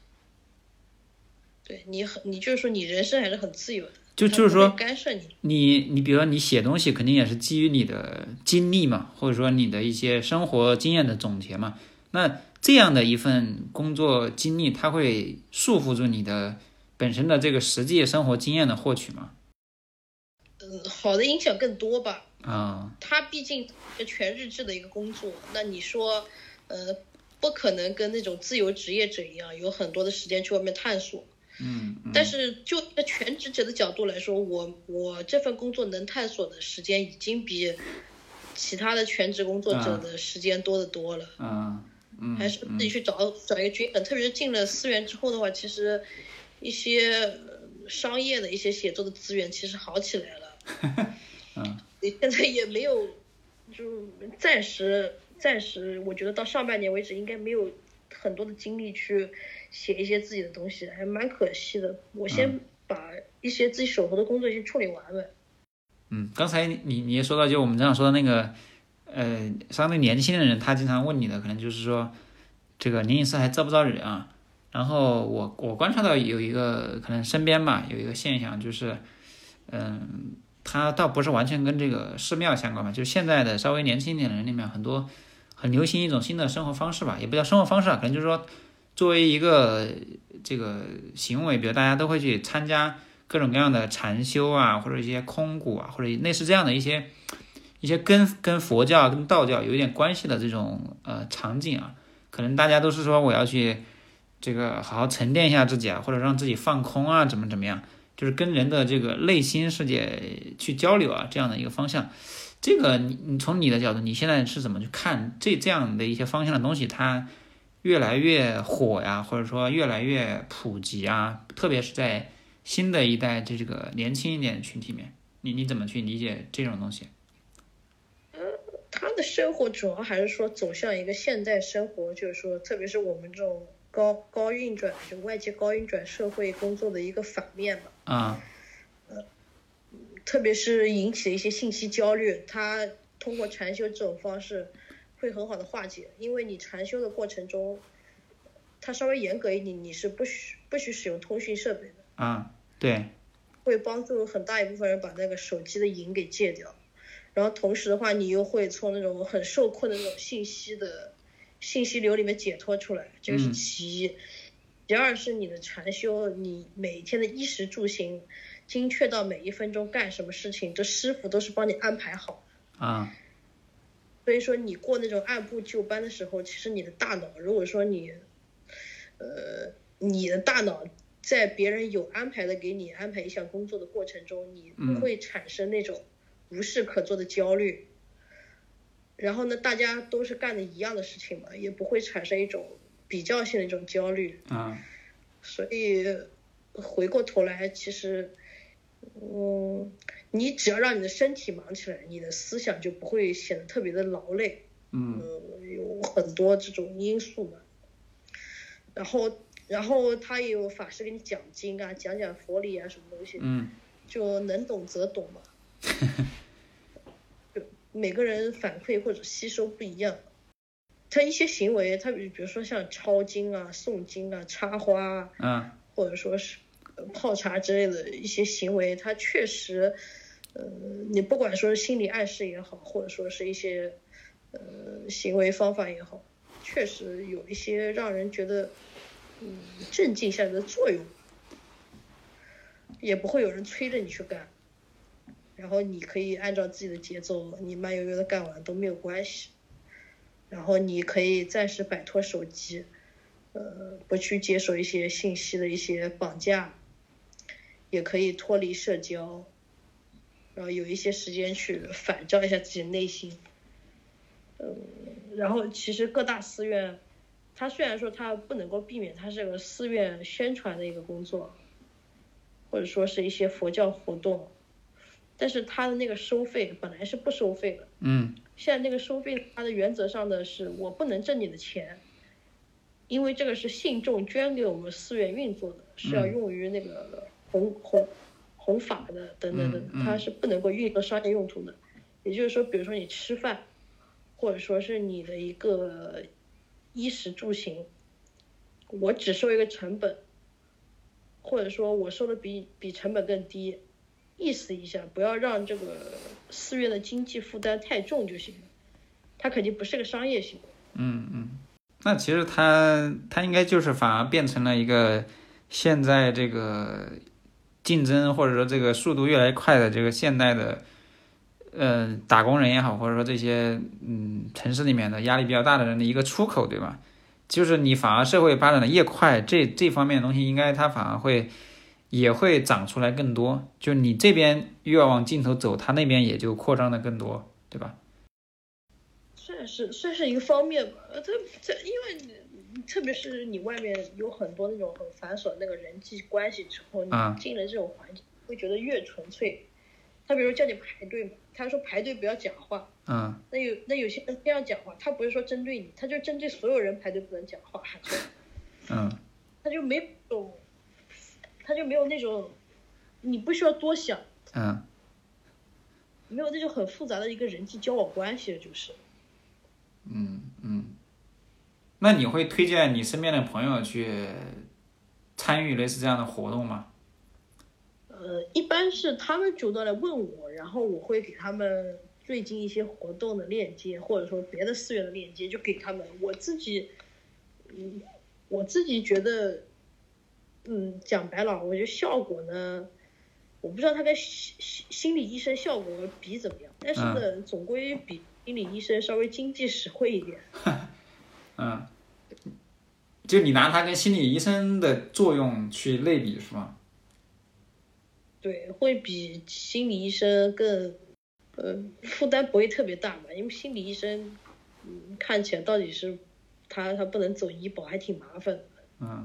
对你很，你就是说你人生还是很自由的， 就就是说干涉你。 你你比如说你写东西肯定也是基于你的经历嘛，或者说你的一些生活经验的总结嘛。那这样的一份工作经历，它会束缚住你的本身的这个实际生活经验的获取吗？ 嗯，好的影响更多吧。 啊， 它毕竟是全日制的一个工作，那你说，呃，不可能跟那种自由职业者一样，有很多的时间去外面探索。 嗯，嗯但是就一个全职者的角度来说，我我这份工作能探索的时间已经比其他的全职工作者的时间多得多了。 啊，嗯， 还是自己去找找一个均衡。特别是进了寺院之后的话，其实一些商业的一些写作的资源其实好起来了。 嗯， 现在也没有，就暂时暂时，我觉得到上半年为止应该没有很多的精力去写一些自己的东西，还蛮可惜的。我先把一些自己手头的工作先处理完呗。 嗯，刚才你你也说到，就我们这样说的那个，呃，相对年轻的人，他经常问你的，可能就是说，这个灵隐寺还招不招人啊？然后我我观察到有一个可能身边吧，有一个现象就是，嗯，它倒不是完全跟这个寺庙相关吧，就是现在的稍微年轻一点的人里面，很多很流行一种新的生活方式吧，也不叫生活方式啊，可能就是说，作为一个这个行为，比如大家都会去参加各种各样的禅修啊，或者一些空谷啊，或者类似这样的一些一些跟跟佛教跟道教有一点关系的这种呃场景啊，可能大家都是说我要去这个好好沉淀一下自己啊，或者让自己放空啊，怎么怎么样，就是跟人的这个内心世界去交流啊，这样的一个方向。这个你你从你的角度，你现在是怎么去看这这样的一些方向的东西？它越来越火呀，或者说越来越普及啊，特别是在新的一代这个年轻一点的群体里面，你你怎么去理解这种东西？ 他的生活主要还是说走向一个现代生活，就是说，特别是我们这种高高运转，就外界高运转社会工作的一个反面吧。 啊， 呃，特别是引起的一些信息焦虑，他通过禅修这种方式会很好的化解，因为你禅修的过程中，它稍微严格一点，你是不许不许使用通讯设备的。 啊，对， 会帮助很大一部分人把那个手机的瘾给戒掉。然后同时的话，你又会从那种很受困的那种信息的信息流里面解脱出来，这个是其一。其二是你的禅修，你每天的衣食住行，精确到每一分钟干什么事情，这师傅都是帮你安排好啊。 所以说你过那种按部就班的时候，其实你的大脑，如果说你，呃，你的大脑在别人有安排的给你安排一项工作的过程中，你不会产生那种无事可做的焦虑。然后呢，大家都是干的一样的事情嘛，也不会产生一种比较性的一种焦虑。 啊， 所以回过头来，其实，嗯，你只要让你的身体忙起来，你的思想就不会显得特别的劳累。 嗯， 有很多这种因素嘛。然后，然后他也有法师给你讲经啊，讲讲佛理啊，什么东西。 嗯， 就能懂则懂嘛。就每个人反馈或者吸收不一样。他一些行为，他比比如说像抄经啊、诵经啊、插花啊， 嗯， 或者说是泡茶之类的一些行为，它确实，呃，你不管说是心理暗示也好，或者说是一些呃行为方法也好，确实有一些让人觉得嗯镇静下来的作用，也不会有人催着你去干，然后你可以按照自己的节奏，你慢悠悠的干完都没有关系，然后你可以暂时摆脱手机。呃，不去接受一些信息的一些绑架，也可以脱离社交，然后有一些时间去反照一下自己的内心。嗯，然后其实各大寺院，它虽然说它不能够避免它是个寺院宣传的一个工作，或者说是一些佛教活动，但是它的那个收费本来是不收费的。 嗯， 现在那个收费，它的原则上的是我不能挣你的钱。因为这个是信众捐给我们寺院运作的，是要用于那个弘弘弘法的等等等，它是不能够运作商业用途的。也就是说，比如说你吃饭，或者说是你的一个衣食住行，我只收一个成本，或者说我收的比比成本更低，意思一下，不要让这个寺院的经济负担太重就行了。它肯定不是个商业行为。 嗯嗯。那其实它它应该就是反而变成了一个现在这个竞争或者说这个速度越来越快的这个现代的呃打工人也好，或者说这些嗯城市里面的压力比较大的人的一个出口，对吧？就是你反而社会发展的越快，这这方面的东西应该它反而会也会长出来更多。就你这边越往尽头走，它那边也就扩张的更多，对吧？ 算是算是一个方面吧，呃，它它因为特别是你外面有很多那种很繁琐的那个人际关系之后，你进了这种环境，会觉得越纯粹。他比如叫你排队嘛，他说排队不要讲话， 嗯， 那有那有些人这样讲话，他不是说针对你，他就针对所有人排队不能讲话，就， 嗯， 他就没有，他就没有那种，你不需要多想， 嗯， 没有那种很复杂的一个人际交往关系，就是。 嗯嗯，那你会推荐你身边的朋友去参与类似这样的活动吗？ 呃，一般是他们主动来问我，然后我会给他们最近一些活动的链接，或者说别的寺院的链接，就给他们。我自己，嗯，我自己觉得，嗯，讲白了，我觉得效果呢，我不知道它跟心心理医生效果比怎么样，但是呢，嗯、总归比心理医生稍微经济实惠一点。 嗯，就你拿它跟心理医生的作用去类比是吗？ 对，会比心理医生更，呃，负担不会特别大吧？因为心理医生，嗯，看起来到底是他他不能走医保，还挺麻烦的。 嗯，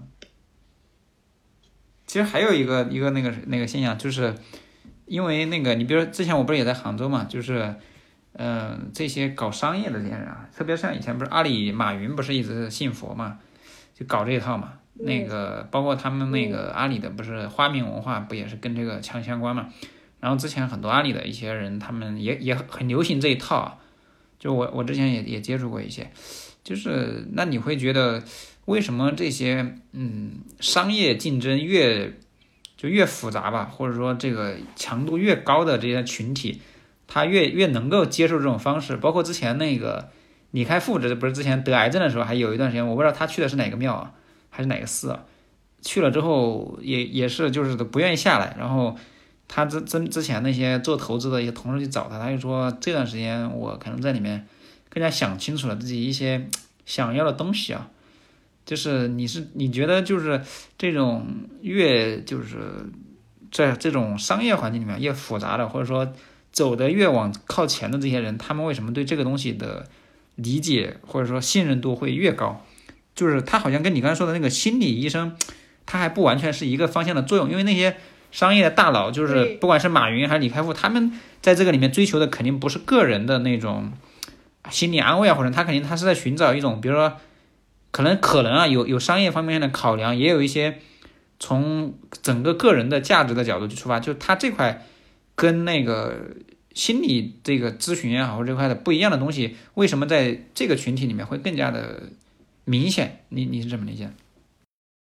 其实还有一个一个那个那个现象，就是因为那个你比如说之前我不是也在杭州嘛，就是。嗯、呃，这些搞商业的这些人啊，特别像以前不是阿里马云不是一直信佛嘛，就搞这一套嘛。嗯、那个包括他们那个阿里的不是花名文化不也是跟这个强相关嘛？然后之前很多阿里的一些人，他们也也很流行这一套啊。就我我之前也也接触过一些，就是那你会觉得为什么这些嗯商业竞争越就越复杂吧，或者说这个强度越高的这些群体？他越越能够接受这种方式，包括之前那个李开复，这不是之前得癌症的时候，还有一段时间，我不知道他去的是哪个庙啊，还是哪个寺啊？去了之后也也是就是不愿意下来，然后他之之之前那些做投资的一些同事去找他，他就说这段时间我可能在里面更加想清楚了自己一些想要的东西啊，就是你是你觉得就是这种越就是在这种商业环境里面越复杂的，或者说。走得越往靠前的这些人，他们为什么对这个东西的理解或者说信任度会越高？就是他好像跟你刚才说的那个心理医生，他还不完全是一个方向的作用，因为那些商业的大佬，就是不管是马云还是李开复，他们在这个里面追求的肯定不是个人的那种心理安慰啊，或者他肯定他是在寻找一种，比如说可能可能啊有有商业方面的考量，也有一些从整个个人的价值的角度去出发，就他这块。跟那个心理这个咨询也好，或者这块的不一样的东西，为什么在这个群体里面会更加的明显？你你是怎么理解？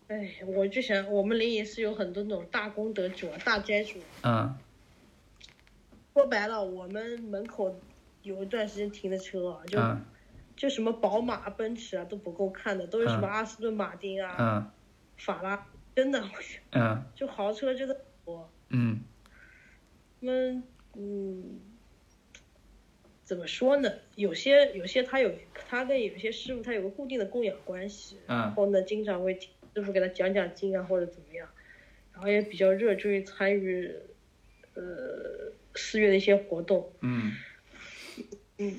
哎，我就想我们灵隐寺有很多那种大功德主、大斋主。 嗯。 说白了，我们门口有一段时间停的车啊，就、 嗯、 就什么宝马、奔驰啊都不够看的，都是什么阿斯顿马丁啊、 嗯、 法拉，真的， 嗯， 就豪车真的多。 嗯， 他们嗯，怎么说呢？有些有些他有他跟有些师傅他有个固定的供养关系， 嗯、 然后呢，经常会听师傅给他讲讲经啊，或者怎么样，然后也比较热衷于参与呃寺院的一些活动。 嗯嗯，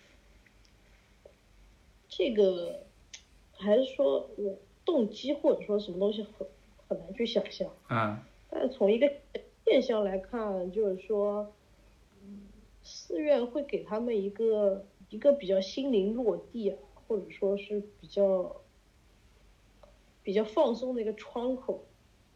这个还是说我动机或者说什么东西很很难去想象。 啊。 但是从一个现象来看，就是说，嗯，寺院会给他们一个一个比较心灵落地啊，或者说是比较比较放松的一个窗口。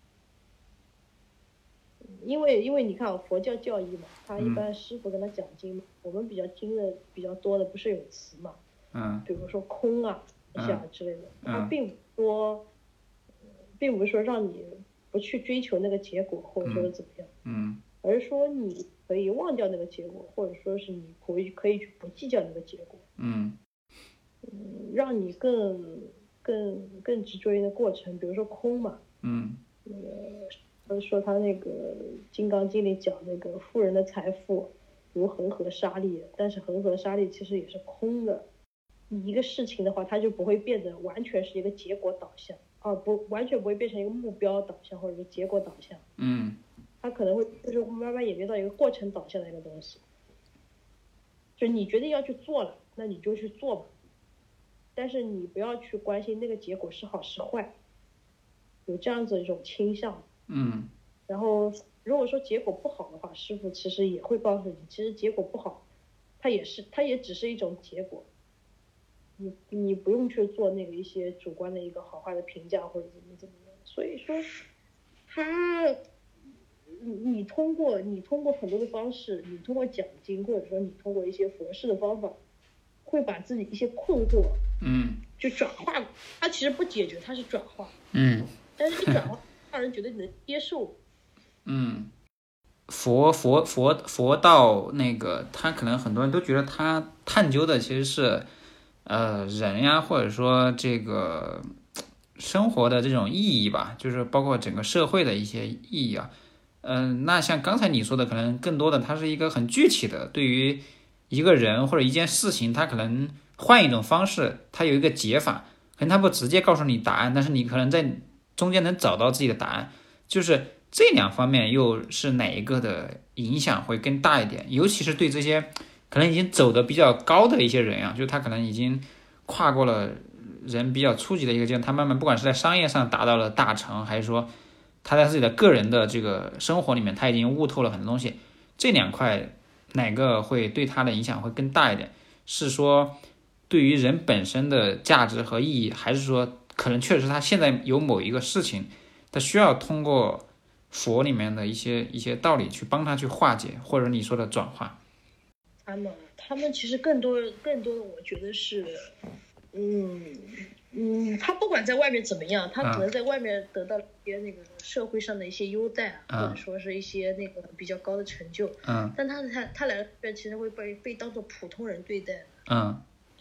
因为因为你看佛教教义嘛，他一般师傅跟他讲经嘛，我们比较听的比较多的不是有词嘛， 嗯， 比如说空啊、下之类的， 嗯、 他并不说，并不是说让你不去追求那个结果，或者说是怎么样， 嗯， 而是说你可以忘掉那个结果，或者说是你可以可以去不计较那个结果， 嗯， 嗯，让你更更更执着于那过程，比如说空嘛， 嗯， 那个说他那个《金刚经》里讲那个富人的财富如恒河沙粒，但是恒河沙粒其实也是空的。你一个事情的话，它就不会变得完全是一个结果导向，啊，不完全不会变成一个目标导向或者是结果导向。 嗯， 它可能会就是慢慢演变到一个过程导向的一个东西。就你决定要去做了，那你就去做吧，但是你不要去关心那个结果是好是坏，有这样子一种倾向。 嗯， 然后如果说结果不好的话，师傅其实也会告诉你，其实结果不好，它也是它也只是一种结果，你你不用去做那个一些主观的一个好坏的评价或者怎么怎么样。所以说，他你你通过你通过很多的方式，你通过讲经或者说你通过一些佛事的方法，会把自己一些困惑， 嗯， 就转化，它其实不解决，它是转化， 嗯， 但是你转化让人觉得你能接受。 嗯，佛佛佛佛道那个，他可能很多人都觉得他探究的其实是，呃，人呀，或者说这个生活的这种意义吧，就是包括整个社会的一些意义啊。嗯、呃，那像刚才你说的，可能更多的它是一个很具体的，对于一个人或者一件事情，他可能换一种方式，他有一个解法，可能他不直接告诉你答案，但是你可能在中间能找到自己的答案，就是这两方面又是哪一个的影响会更大一点？尤其是对这些可能已经走得比较高的一些人啊，就他可能已经跨过了人比较初级的一个阶段，他慢慢不管是在商业上达到了大成，还是说他在自己的个人的这个生活里面，他已经悟透了很多东西，这两块哪个会对他的影响会更大一点？是说对于人本身的价值和意义，还是说可能确实他现在有某一个事情，他需要通过佛里面的一些一些道理去帮他去化解，或者你说的转化？ 他们他们其实更多更多的，我觉得是，嗯嗯，他不管在外面怎么样，他可能在外面得到一些那个社会上的一些优待啊， 嗯、 或者说是一些那个比较高的成就， 嗯， 但他他他来这边其实会被被当做普通人对待， 嗯，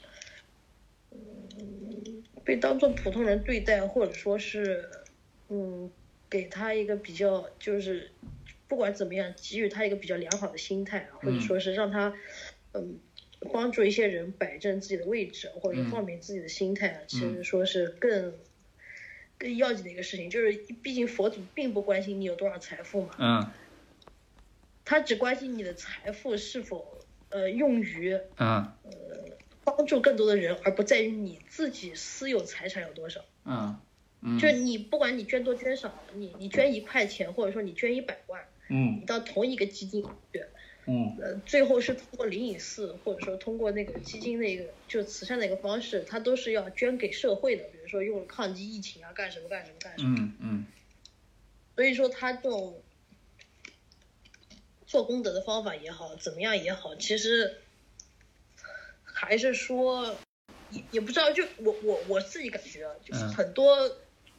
被当做普通人对待，或者说是，嗯，给他一个比较就是不管怎么样，给予他一个比较良好的心态，或者说是让他，嗯，帮助一些人摆正自己的位置，或者是放平自己的心态啊，其实说是更更要紧的一个事情。就是毕竟佛祖并不关心你有多少财富嘛， 嗯， 他只关心你的财富是否呃用于嗯， 呃帮助更多的人，而不在于你自己私有财产有多少。 嗯，嗯， 就你不管你捐多捐少，你你捐一块钱，或者说你捐一百万， 嗯， 你到同一个基金去， 嗯， 呃，最后是通过灵隐寺，或者说通过那个基金的一个就慈善的一个方式，它都是要捐给社会的，比如说用抗击疫情啊，干什么干什么干什么。 嗯，嗯， 所以说他这种做功德的方法也好，怎么样也好，其实还是说也也不知道，就我我我自己感觉啊，就是很多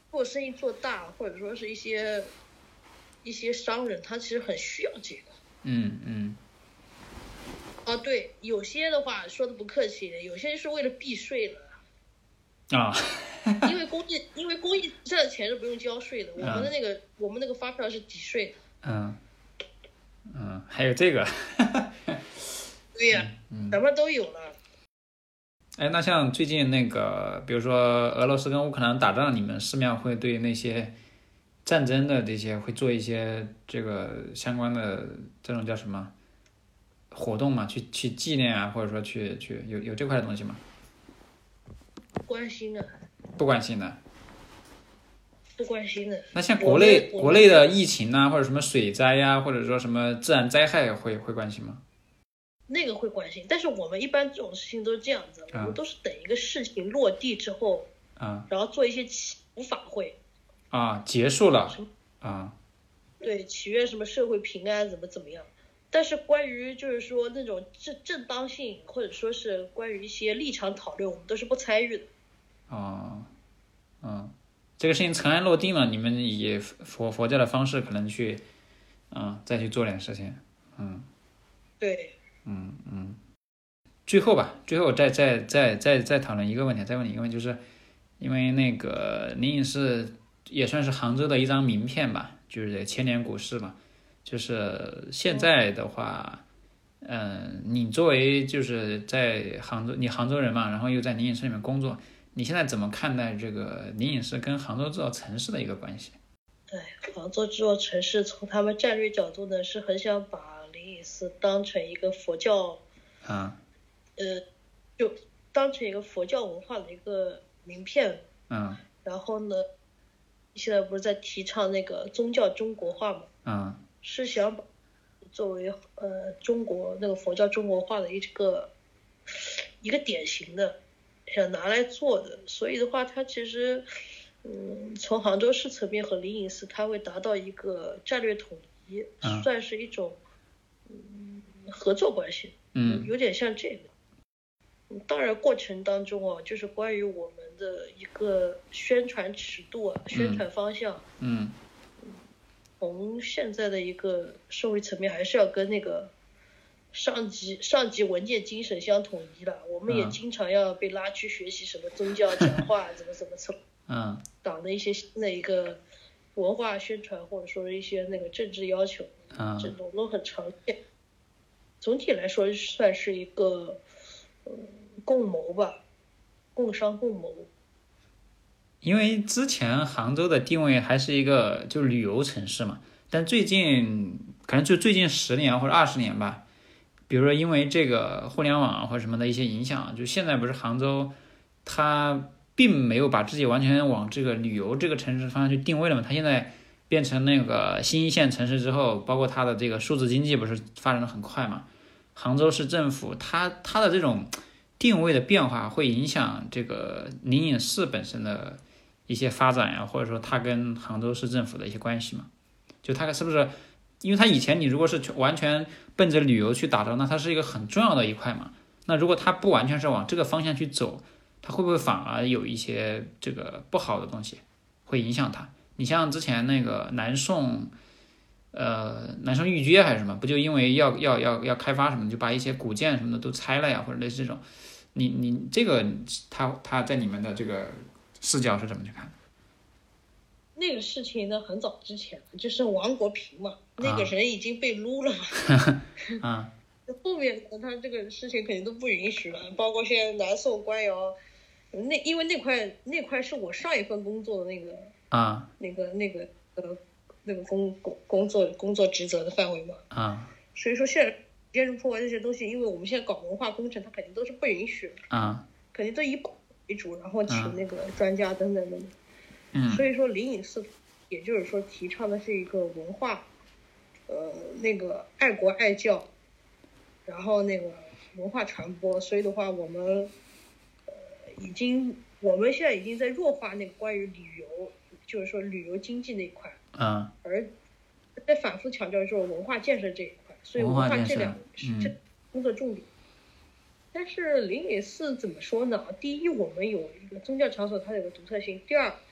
做生意做大，或者说是一些一些商人，他其实很需要这个。 嗯嗯。 啊，对，有些的话说的不客气，有些是为了避税的。 啊。 因为公益，因为公益慈善的钱是不用交税的，我们的那个、嗯、我们那个发票是抵税的。 嗯嗯，还有这个。 对呀、啊，嗯，什么都有了。 哎，那像最近那个，比如说俄罗斯跟乌克兰打仗，你们寺庙会对那些战争的这些会做一些这个相关的这种叫什么活动嘛？去去纪念啊，或者说去去有有这块的东西吗？ 不关心的。 不关心的。 不关心的。 那像国内国内的疫情啊，或者什么水灾呀、啊，或者说什么自然灾害会会关心吗？ 那个会关心，但是我们一般这种事情都是这样子，我们都是等一个事情落地之后， 啊， 然后做一些祈福法会， 啊，结束了，啊， 对，祈愿什么社会平安，怎么怎么样。但是关于就是说那种正正当性，或者说是关于一些立场讨论，我们都是不参与的。 哦，嗯，这个事情尘埃落定了，你们以佛佛教的方式可能去，嗯，再去做点事情，嗯， 对。 嗯嗯，最后吧，最后再再再再再讨论一个问题，再问你一个问题，就是因为那个灵隐寺也算是杭州的一张名片吧，就是千年古寺嘛，就是现在的话，嗯、呃，你作为就是在杭州，你杭州人嘛，然后又在灵隐寺里面工作，你现在怎么看待这个灵隐寺跟杭州这座城市的一个关系？ 对，杭州这座城市从他们战略角度呢，是很想把灵隐寺当成一个佛教， 啊， 呃，就当成一个佛教文化的一个名片。 嗯。 然后呢，现在不是在提倡那个宗教中国化嘛？ 嗯。 是想把作为呃中国那个佛教中国化的一个一个典型的，想拿来做的。所以的话，它其实。嗯，从杭州市层面和灵隐寺，它会达到一个战略统一， 嗯、 算是一种嗯合作关系， 嗯， 有点像这个。当然，过程当中啊，就是关于我们的一个宣传尺度啊， 嗯、 宣传方向， 嗯， 从现在的一个社会层面，还是要跟那个上级上级文件精神相统一了。我们也经常要被拉去学习什么宗教讲话，怎么怎么怎么。 嗯， 党的一些新的一个文化宣传，或者说一些那个政治要求， 嗯， 这种都很常见。总体来说，算是一个嗯共谋吧，共商共谋。 因为之前杭州的定位还是一个就旅游城市嘛，但最近可能就最近十年或者二十年吧，比如说因为这个互联网或者什么的一些影响，就现在不是杭州，它并没有把自己完全往这个旅游这个城市方向去定位了嘛，它现在变成那个新一线城市之后，包括它的这个数字经济不是发展的很快嘛，杭州市政府它它的这种定位的变化会影响这个灵隐寺本身的一些发展呀，或者说它跟杭州市政府的一些关系嘛，就它是不是，因为它以前你如果是完全奔着旅游去打造，那它是一个很重要的一块嘛，那如果它不完全是往这个方向去走，它会不会反而有一些这个不好的东西会影响它？你像之前那个南宋，呃，南宋御街还是什么，不就因为要要要要开发什么，就把一些古建什么的都拆了呀，或者类似这种。你你这个他他在你们的这个视角是怎么去看的？ 那个事情呢，很早之前就是王国平嘛，那个人已经被撸了嘛。 啊。 后面他这个事情肯定都不允许了，包括现在南宋官窑。那因为那块那块是我上一份工作的那个啊， 那个那个呃那个工工工作工作职责的范围嘛啊， 所以说现在建筑破坏这些东西，因为我们现在搞文化工程，它肯定都是不允许啊， 肯定都以保为主，然后请那个专家等等等等。 嗯， 所以说灵隐寺，也就是说提倡的是一个文化，呃，那个爱国爱教，然后那个文化传播，所以的话我们。已经，我们现在已经在弱化那个关于旅游，就是说旅游经济那一块， 啊， 而在反复强调就是文化建设这一块，所以文化这两个是这工作重点。嗯、但是灵隐寺怎么说呢？第一，我们有一个宗教场所，它有个独特性；第二，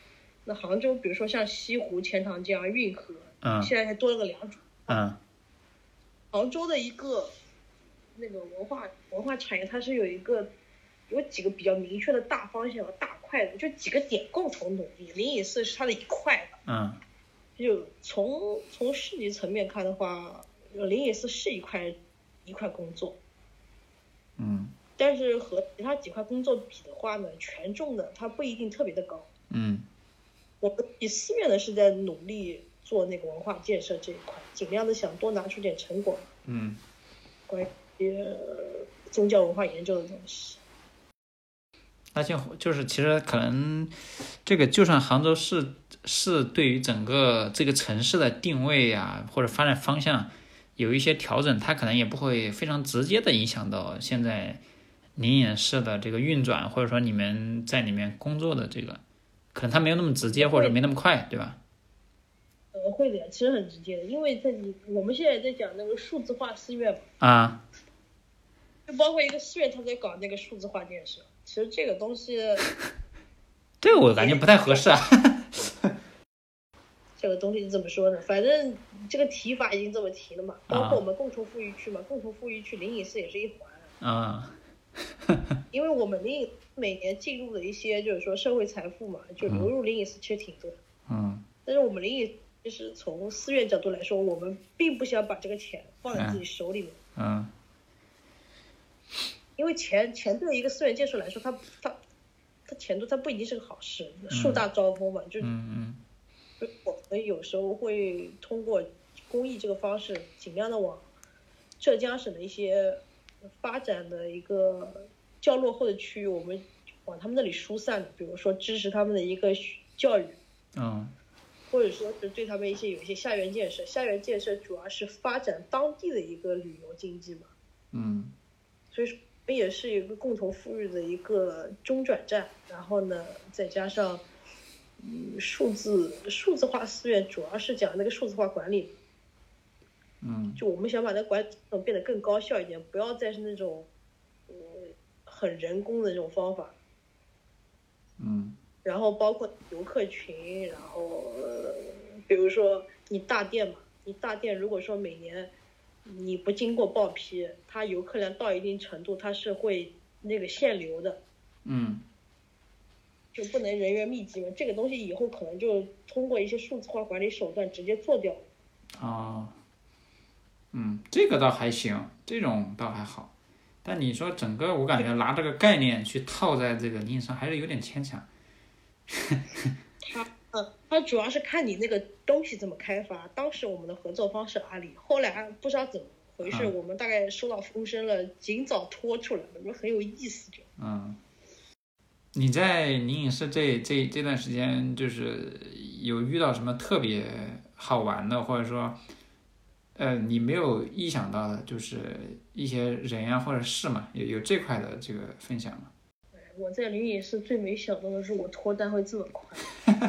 那杭州比如说像西湖、钱塘江、运河， 嗯， 现在还多了个良渚。 嗯， 杭州的一个那个文化文化产业，它是有一个有几个比较明确的大方向、大块的，就几个点共同努力。灵隐寺是它的一块的， 嗯， 就从从市级层面看的话，灵隐寺是一块一块工作， 嗯， 但是和其他几块工作比的话呢，权重呢它不一定特别的高。 嗯， 我们以寺院呢是在努力做那个文化建设这一块，尽量的想多拿出点成果。 嗯， 关于宗教文化研究的东西。 那就就是其实可能这个就算杭州市市对于整个这个城市的定位啊或者发展方向有一些调整，它可能也不会非常直接的影响到现在灵隐寺的这个运转，或者说你们在里面工作的这个，可能它没有那么直接或者没那么快，对吧？ 呃，会的呀，其实很直接的，因为在你我们现在在讲那个数字化寺院嘛， 啊， 就包括一个寺院，它在搞那个数字化建设，其实这个东西， 这个我感觉不太合适啊。 这个东西怎么说呢？反正这个提法已经这么提了嘛，包括我们共同富裕区嘛，共同富裕区灵隐寺也是一环啊。 因为我们灵隐每年进入的一些就是说社会财富嘛，就流入灵隐寺其实挺多的。 嗯。 但是我们灵隐就是从寺院角度来说，我们并不想把这个钱放在自己手里面。 嗯。 因为钱钱对一个寺院建设来说，它它它钱多，它不一定是个好事，树大招风嘛，就嗯嗯。 就我们有时候会通过公益这个方式，尽量的往浙江省的一些发展的一个较落后的区域，我们往他们那里疏散的，比如说支持他们的一个教育， 嗯， 或者说是对他们一些有一些下园建设。下园建设主要是发展当地的一个旅游经济嘛， 嗯， 所以说也是一个共同富裕的一个中转站。然后呢，再加上嗯数字数字化寺院，主要是讲那个数字化管理。 嗯， 就我们想把那管理系统变得更高效一点，不要再是那种呃很人工的那种方法。 嗯， 然后包括游客群，然后呃比如说你大店嘛，你大店如果说每年你不经过报批，它游客量到一定程度，它是会那个限流的。 嗯， 就不能人员密集嘛，这个东西以后可能就通过一些数字化管理手段直接做掉。 哦。嗯，这个倒还行，这种倒还好，但你说整个我感觉拿这个概念去套在这个灵隐上还是有点牵强。 它嗯，它主要是看你那个东西怎么开发。当时我们的合作方是阿里，后来不知道怎么回事， 啊、 我们大概收到风声了，尽早拖出来了，说很有意思就。 嗯，你在灵隐寺这这这段时间，就是有遇到什么特别好玩的，或者说？呃，你没有意想到的，就是一些人呀、啊、或者事嘛，有有这块的这个分享吗？ 我在灵隐寺最没想到的是，我脱单会这么快。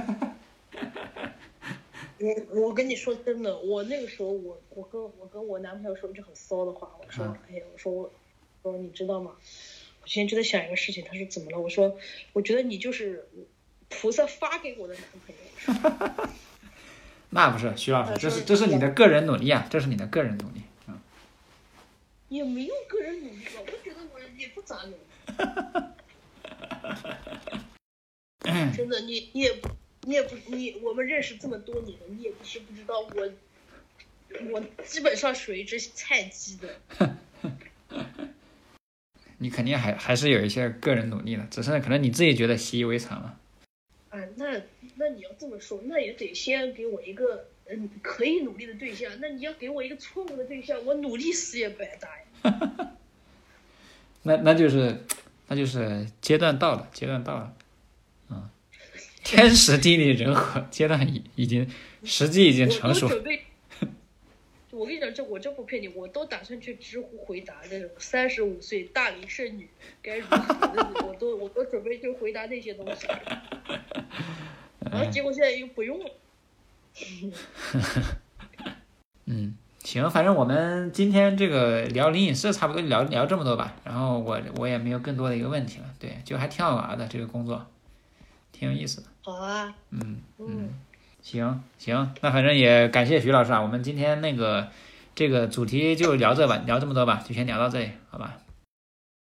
我我跟你说真的，我那个时候我我跟我跟我男朋友说一句很骚的话，我说，嗯、哎呀，我说我说你知道吗？我今天就在想一个事情，他说怎么了？我说我觉得你就是菩萨发给我的男朋友。 那不是徐老师，这是这是你的个人努力啊，这是你的个人努力，嗯。 也没有个人努力吧，我觉得我也不咋努力。真的，你你也你也不你我们认识这么多年了，你也不是不知道我我基本上属于一只菜鸡的。 你肯定还还是有一些个人努力的，只是可能你自己觉得习以为常了。 啊，那那你要这么说，那也得先给我一个嗯可以努力的对象。那你要给我一个错误的对象，我努力死也白搭呀。 那那就是那就是阶段到了，阶段到了，嗯，天时地利人和，阶段已已经时机已经成熟。 我准备，我跟你讲，这我真不骗你，我都打算去知乎回答那种三十五岁大龄剩女该如何，我都我都准备去回答那些东西。然后结果现在又不用了。 嗯，行，反正我们今天这个聊灵隐寺差不多聊聊这么多吧。然后我我也没有更多的一个问题了，对，就还挺好玩的这个工作。 挺有意思的。 好啊， 嗯嗯嗯，行行，那反正也感谢徐老师啊，我们今天那个这个主题就聊这吧，聊这么多吧，就先聊到这里，好吧？